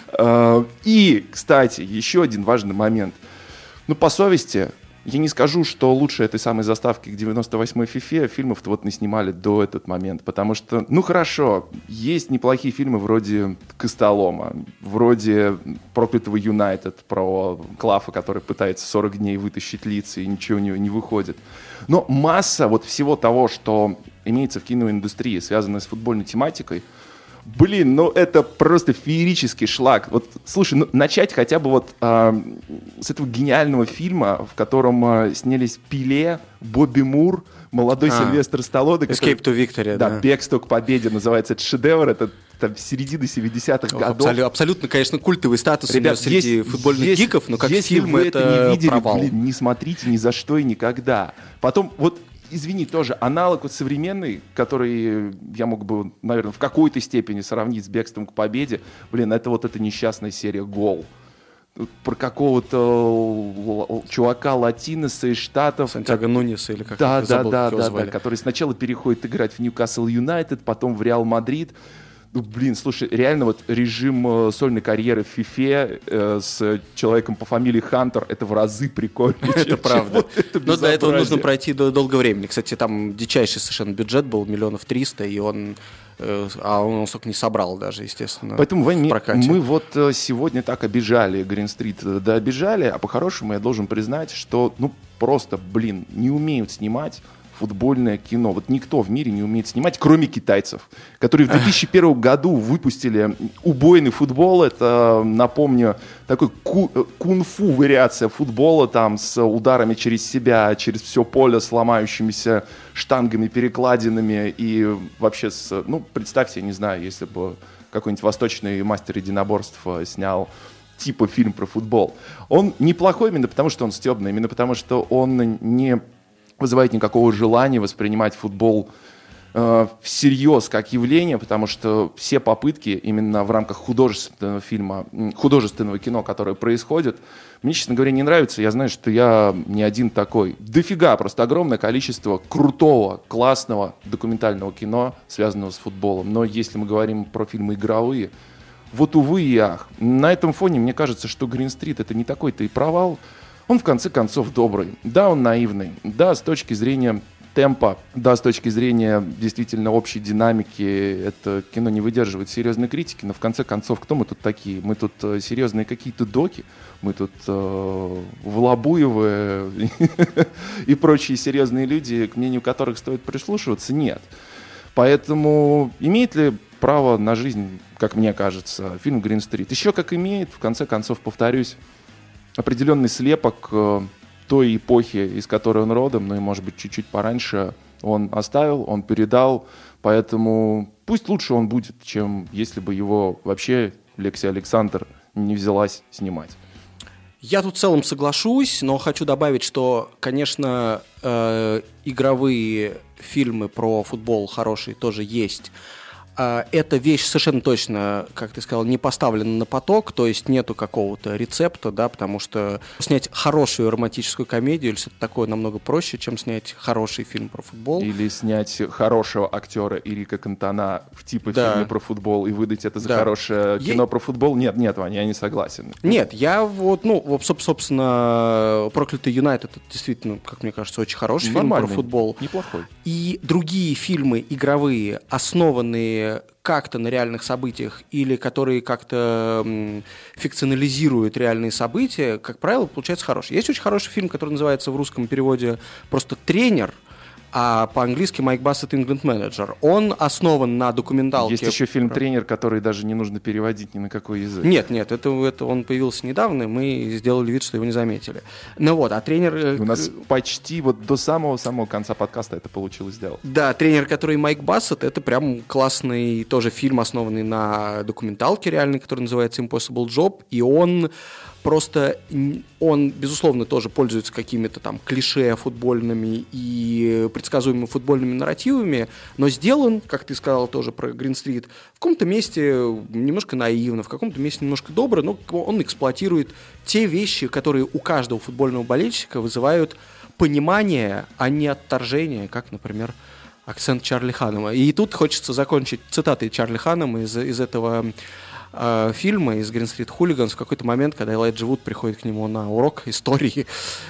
Speaker 2: Э, и, кстати, еще один важный момент. Ну, по совести, я не скажу, что лучше этой самой заставки к девяносто восьмой фифе фильмов-то вот не снимали до этот момент, потому что, ну, хорошо, есть неплохие фильмы вроде «Костолома», вроде «Проклятого Юнайтед», про Клафа, который пытается сорок дней вытащить лица, и ничего у него не выходит. Но масса вот всего того, что имеется в киноиндустрии, связанное с футбольной тематикой, блин, ну это просто феерический шлак. Вот, слушай, ну начать хотя бы вот э, с этого гениального фильма, в котором э, снялись Пеле, Бобби Мур, молодой а, Сильвестр Сталлоне.
Speaker 1: Escape to Victory,
Speaker 2: да.
Speaker 1: Да,
Speaker 2: «Бегство к победе» называется. Это шедевр, это там середины семидесятых годов.
Speaker 1: Абсолютно, абсолютно, конечно, культовый статус.
Speaker 2: Ребят,
Speaker 1: среди
Speaker 2: есть,
Speaker 1: футбольных
Speaker 2: есть,
Speaker 1: гиков, но как
Speaker 2: если
Speaker 1: фильм
Speaker 2: вы
Speaker 1: это,
Speaker 2: это не видели,
Speaker 1: провал.
Speaker 2: Блин, не смотрите ни за что и никогда. Потом вот извини, тоже аналог вот современный, который я мог бы, наверное, в какой-то степени сравнить с «Бегством к победе». Блин, это вот эта несчастная серия «Гол». Про какого-то чувака латиноса из Штатов.
Speaker 1: Сантьяго Нунеса или как
Speaker 2: да,
Speaker 1: это
Speaker 2: да,
Speaker 1: забыл,
Speaker 2: да,
Speaker 1: как его
Speaker 2: да,
Speaker 1: звали.
Speaker 2: да, который сначала переходит играть в Ньюкасл Юнайтед, потом в Реал Мадрид. Ну, блин, слушай, реально вот режим э, сольной карьеры в фифе э, с человеком по фамилии Хантер, это в разы прикольнее.
Speaker 1: Это правда. Но для этого нужно
Speaker 2: пройти
Speaker 1: пройти долго времени. Кстати, там дичайший совершенно бюджет был, миллионов триста, и он... А он столько не собрал даже, естественно.
Speaker 2: Поэтому, Вань,
Speaker 1: в прокате.
Speaker 2: мы вот сегодня так обижали «Грин-стрит», да обижали, а по-хорошему я должен признать, что, ну, просто, блин, не умеют снимать футбольное кино. Вот никто в мире не умеет снимать, кроме китайцев, которые в две тысячи первом году выпустили «Убойный футбол». Это, напомню, такой ку- кунг-фу вариация футбола там с ударами через себя, через все поле, с ломающимися штангами, перекладинами и вообще с... Ну, представьте, я не знаю, если бы какой-нибудь восточный мастер единоборств снял типа фильм про футбол. Он неплохой именно потому, что он стебный, именно потому, что он не вызывает никакого желания воспринимать футбол э, всерьез как явление, потому что все попытки именно в рамках художественного фильма, художественного кино, которое происходит, мне, честно говоря, не нравится. Я знаю, что я не один такой. Дофига, просто огромное количество крутого, классного документального кино, связанного с футболом. Но если мы говорим про фильмы игровые, вот увы и ах. На этом фоне мне кажется, что «Грин-стрит» — это не такой-то и провал. Он, в конце концов, добрый. Да, он наивный. Да, с точки зрения темпа, да, с точки зрения действительно общей динамики, это кино не выдерживает серьезной критики, но в конце концов, кто мы тут такие? Мы тут э, серьезные какие-то доки, мы тут э, Волобуевы и прочие серьезные люди, к мнению которых стоит прислушиваться? Нет. Поэтому имеет ли право на жизнь, как мне кажется, фильм «Грин-стрит»? Еще как имеет, в конце концов, повторюсь, определенный слепок э, той эпохи, из которой он родом, ну и, может быть, чуть-чуть пораньше, он оставил, он передал, поэтому пусть лучше он будет, чем если бы его вообще Лексия Александр не взялась снимать.
Speaker 1: Я тут в целом соглашусь, но хочу добавить, что, конечно, э, игровые фильмы про футбол хорошие тоже есть. Эта вещь совершенно точно, как ты сказал, не поставлена на поток, то есть нету какого-то рецепта, да, потому что снять хорошую романтическую комедию или что-то такое намного проще, чем снять хороший фильм про футбол.
Speaker 2: Или снять хорошего актера Эрика Кантона в типа
Speaker 1: да.
Speaker 2: фильма про футбол и выдать это за
Speaker 1: да.
Speaker 2: хорошее кино
Speaker 1: я...
Speaker 2: про футбол. Нет, нет, Ваня, я не согласен.
Speaker 1: Нет, я вот, ну, собственно, «Проклятый Юнайтед» — это действительно, как мне кажется, очень хороший
Speaker 2: Нормальный,
Speaker 1: фильм про футбол.
Speaker 2: Неплохой.
Speaker 1: И другие фильмы игровые, основанные как-то на реальных событиях или которые как-то м, фикционализируют реальные события, как правило, получается хороший. Есть очень хороший фильм, который называется в русском переводе просто «Тренер», а по-английски «Майк Бассет, England Manager». Он основан на документалке.
Speaker 2: Есть еще фильм «Тренер», который даже не нужно переводить ни на какой язык.
Speaker 1: Нет, нет, это, это он появился недавно, мы сделали вид, что его не заметили. Ну вот, а тренер...
Speaker 2: У нас почти вот до самого-самого конца подкаста это получилось сделать.
Speaker 1: Да, «Тренер», который Майк Бассет, это прям классный тоже фильм, основанный на документалке реальной, который называется «Impossible Job», и он... Просто он, безусловно, тоже пользуется какими-то там клише футбольными и предсказуемыми футбольными нарративами, но сделан, как ты сказал тоже про «Грин-стрит», в каком-то месте немножко наивно, в каком-то месте немножко добро, но он эксплуатирует те вещи, которые у каждого футбольного болельщика вызывают понимание, а не отторжение, как, например, акцент Чарли Ханнема. И тут хочется закончить цитатой Чарли Ханнема из, из этого... фильма из «Грин-стрит Хулиганс» в какой-то момент, когда Элайджа Вуд приходит к нему на урок истории,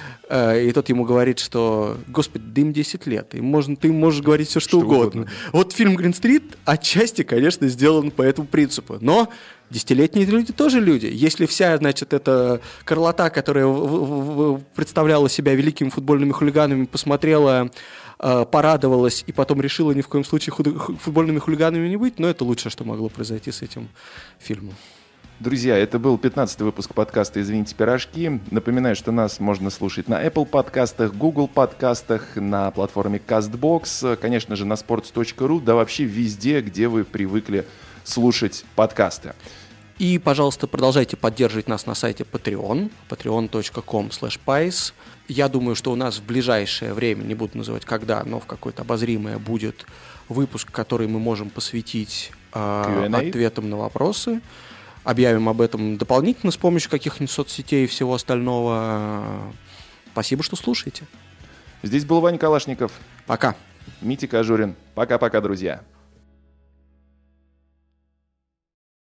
Speaker 1: и тот ему говорит, что, господи, да им десять лет, и можно, ты можешь говорить все, что, что угодно. угодно. Вот фильм «Грин-стрит» отчасти, конечно, сделан по этому принципу, но десятилетние люди тоже люди. Если вся, значит, эта карлота, которая в- в- в- представляла себя великими футбольными хулиганами, посмотрела, э, порадовалась и потом решила ни в коем случае худ- футбольными хулиганами не быть, но это лучшее, что могло произойти с этим фильмом.
Speaker 2: Друзья, это был пятнадцатый выпуск подкаста «Извините, пирожки». Напоминаю, что нас можно слушать на Apple подкастах, Google подкастах, на платформе CastBox, конечно же, на sports точка ru, да вообще везде, где вы привыкли слушать подкасты.
Speaker 1: И, пожалуйста, продолжайте поддерживать нас на сайте Patreon, patreon точка com слэш пайс. Я думаю, что у нас в ближайшее время, не буду называть когда, но в какое-то обозримое будет выпуск, который мы можем посвятить э, ответам на вопросы. Объявим об этом дополнительно с помощью каких-нибудь соцсетей и всего остального. Спасибо, что слушаете.
Speaker 2: Здесь был Ваня Калашников.
Speaker 1: Пока.
Speaker 2: Митя Кожурин. Пока-пока, друзья.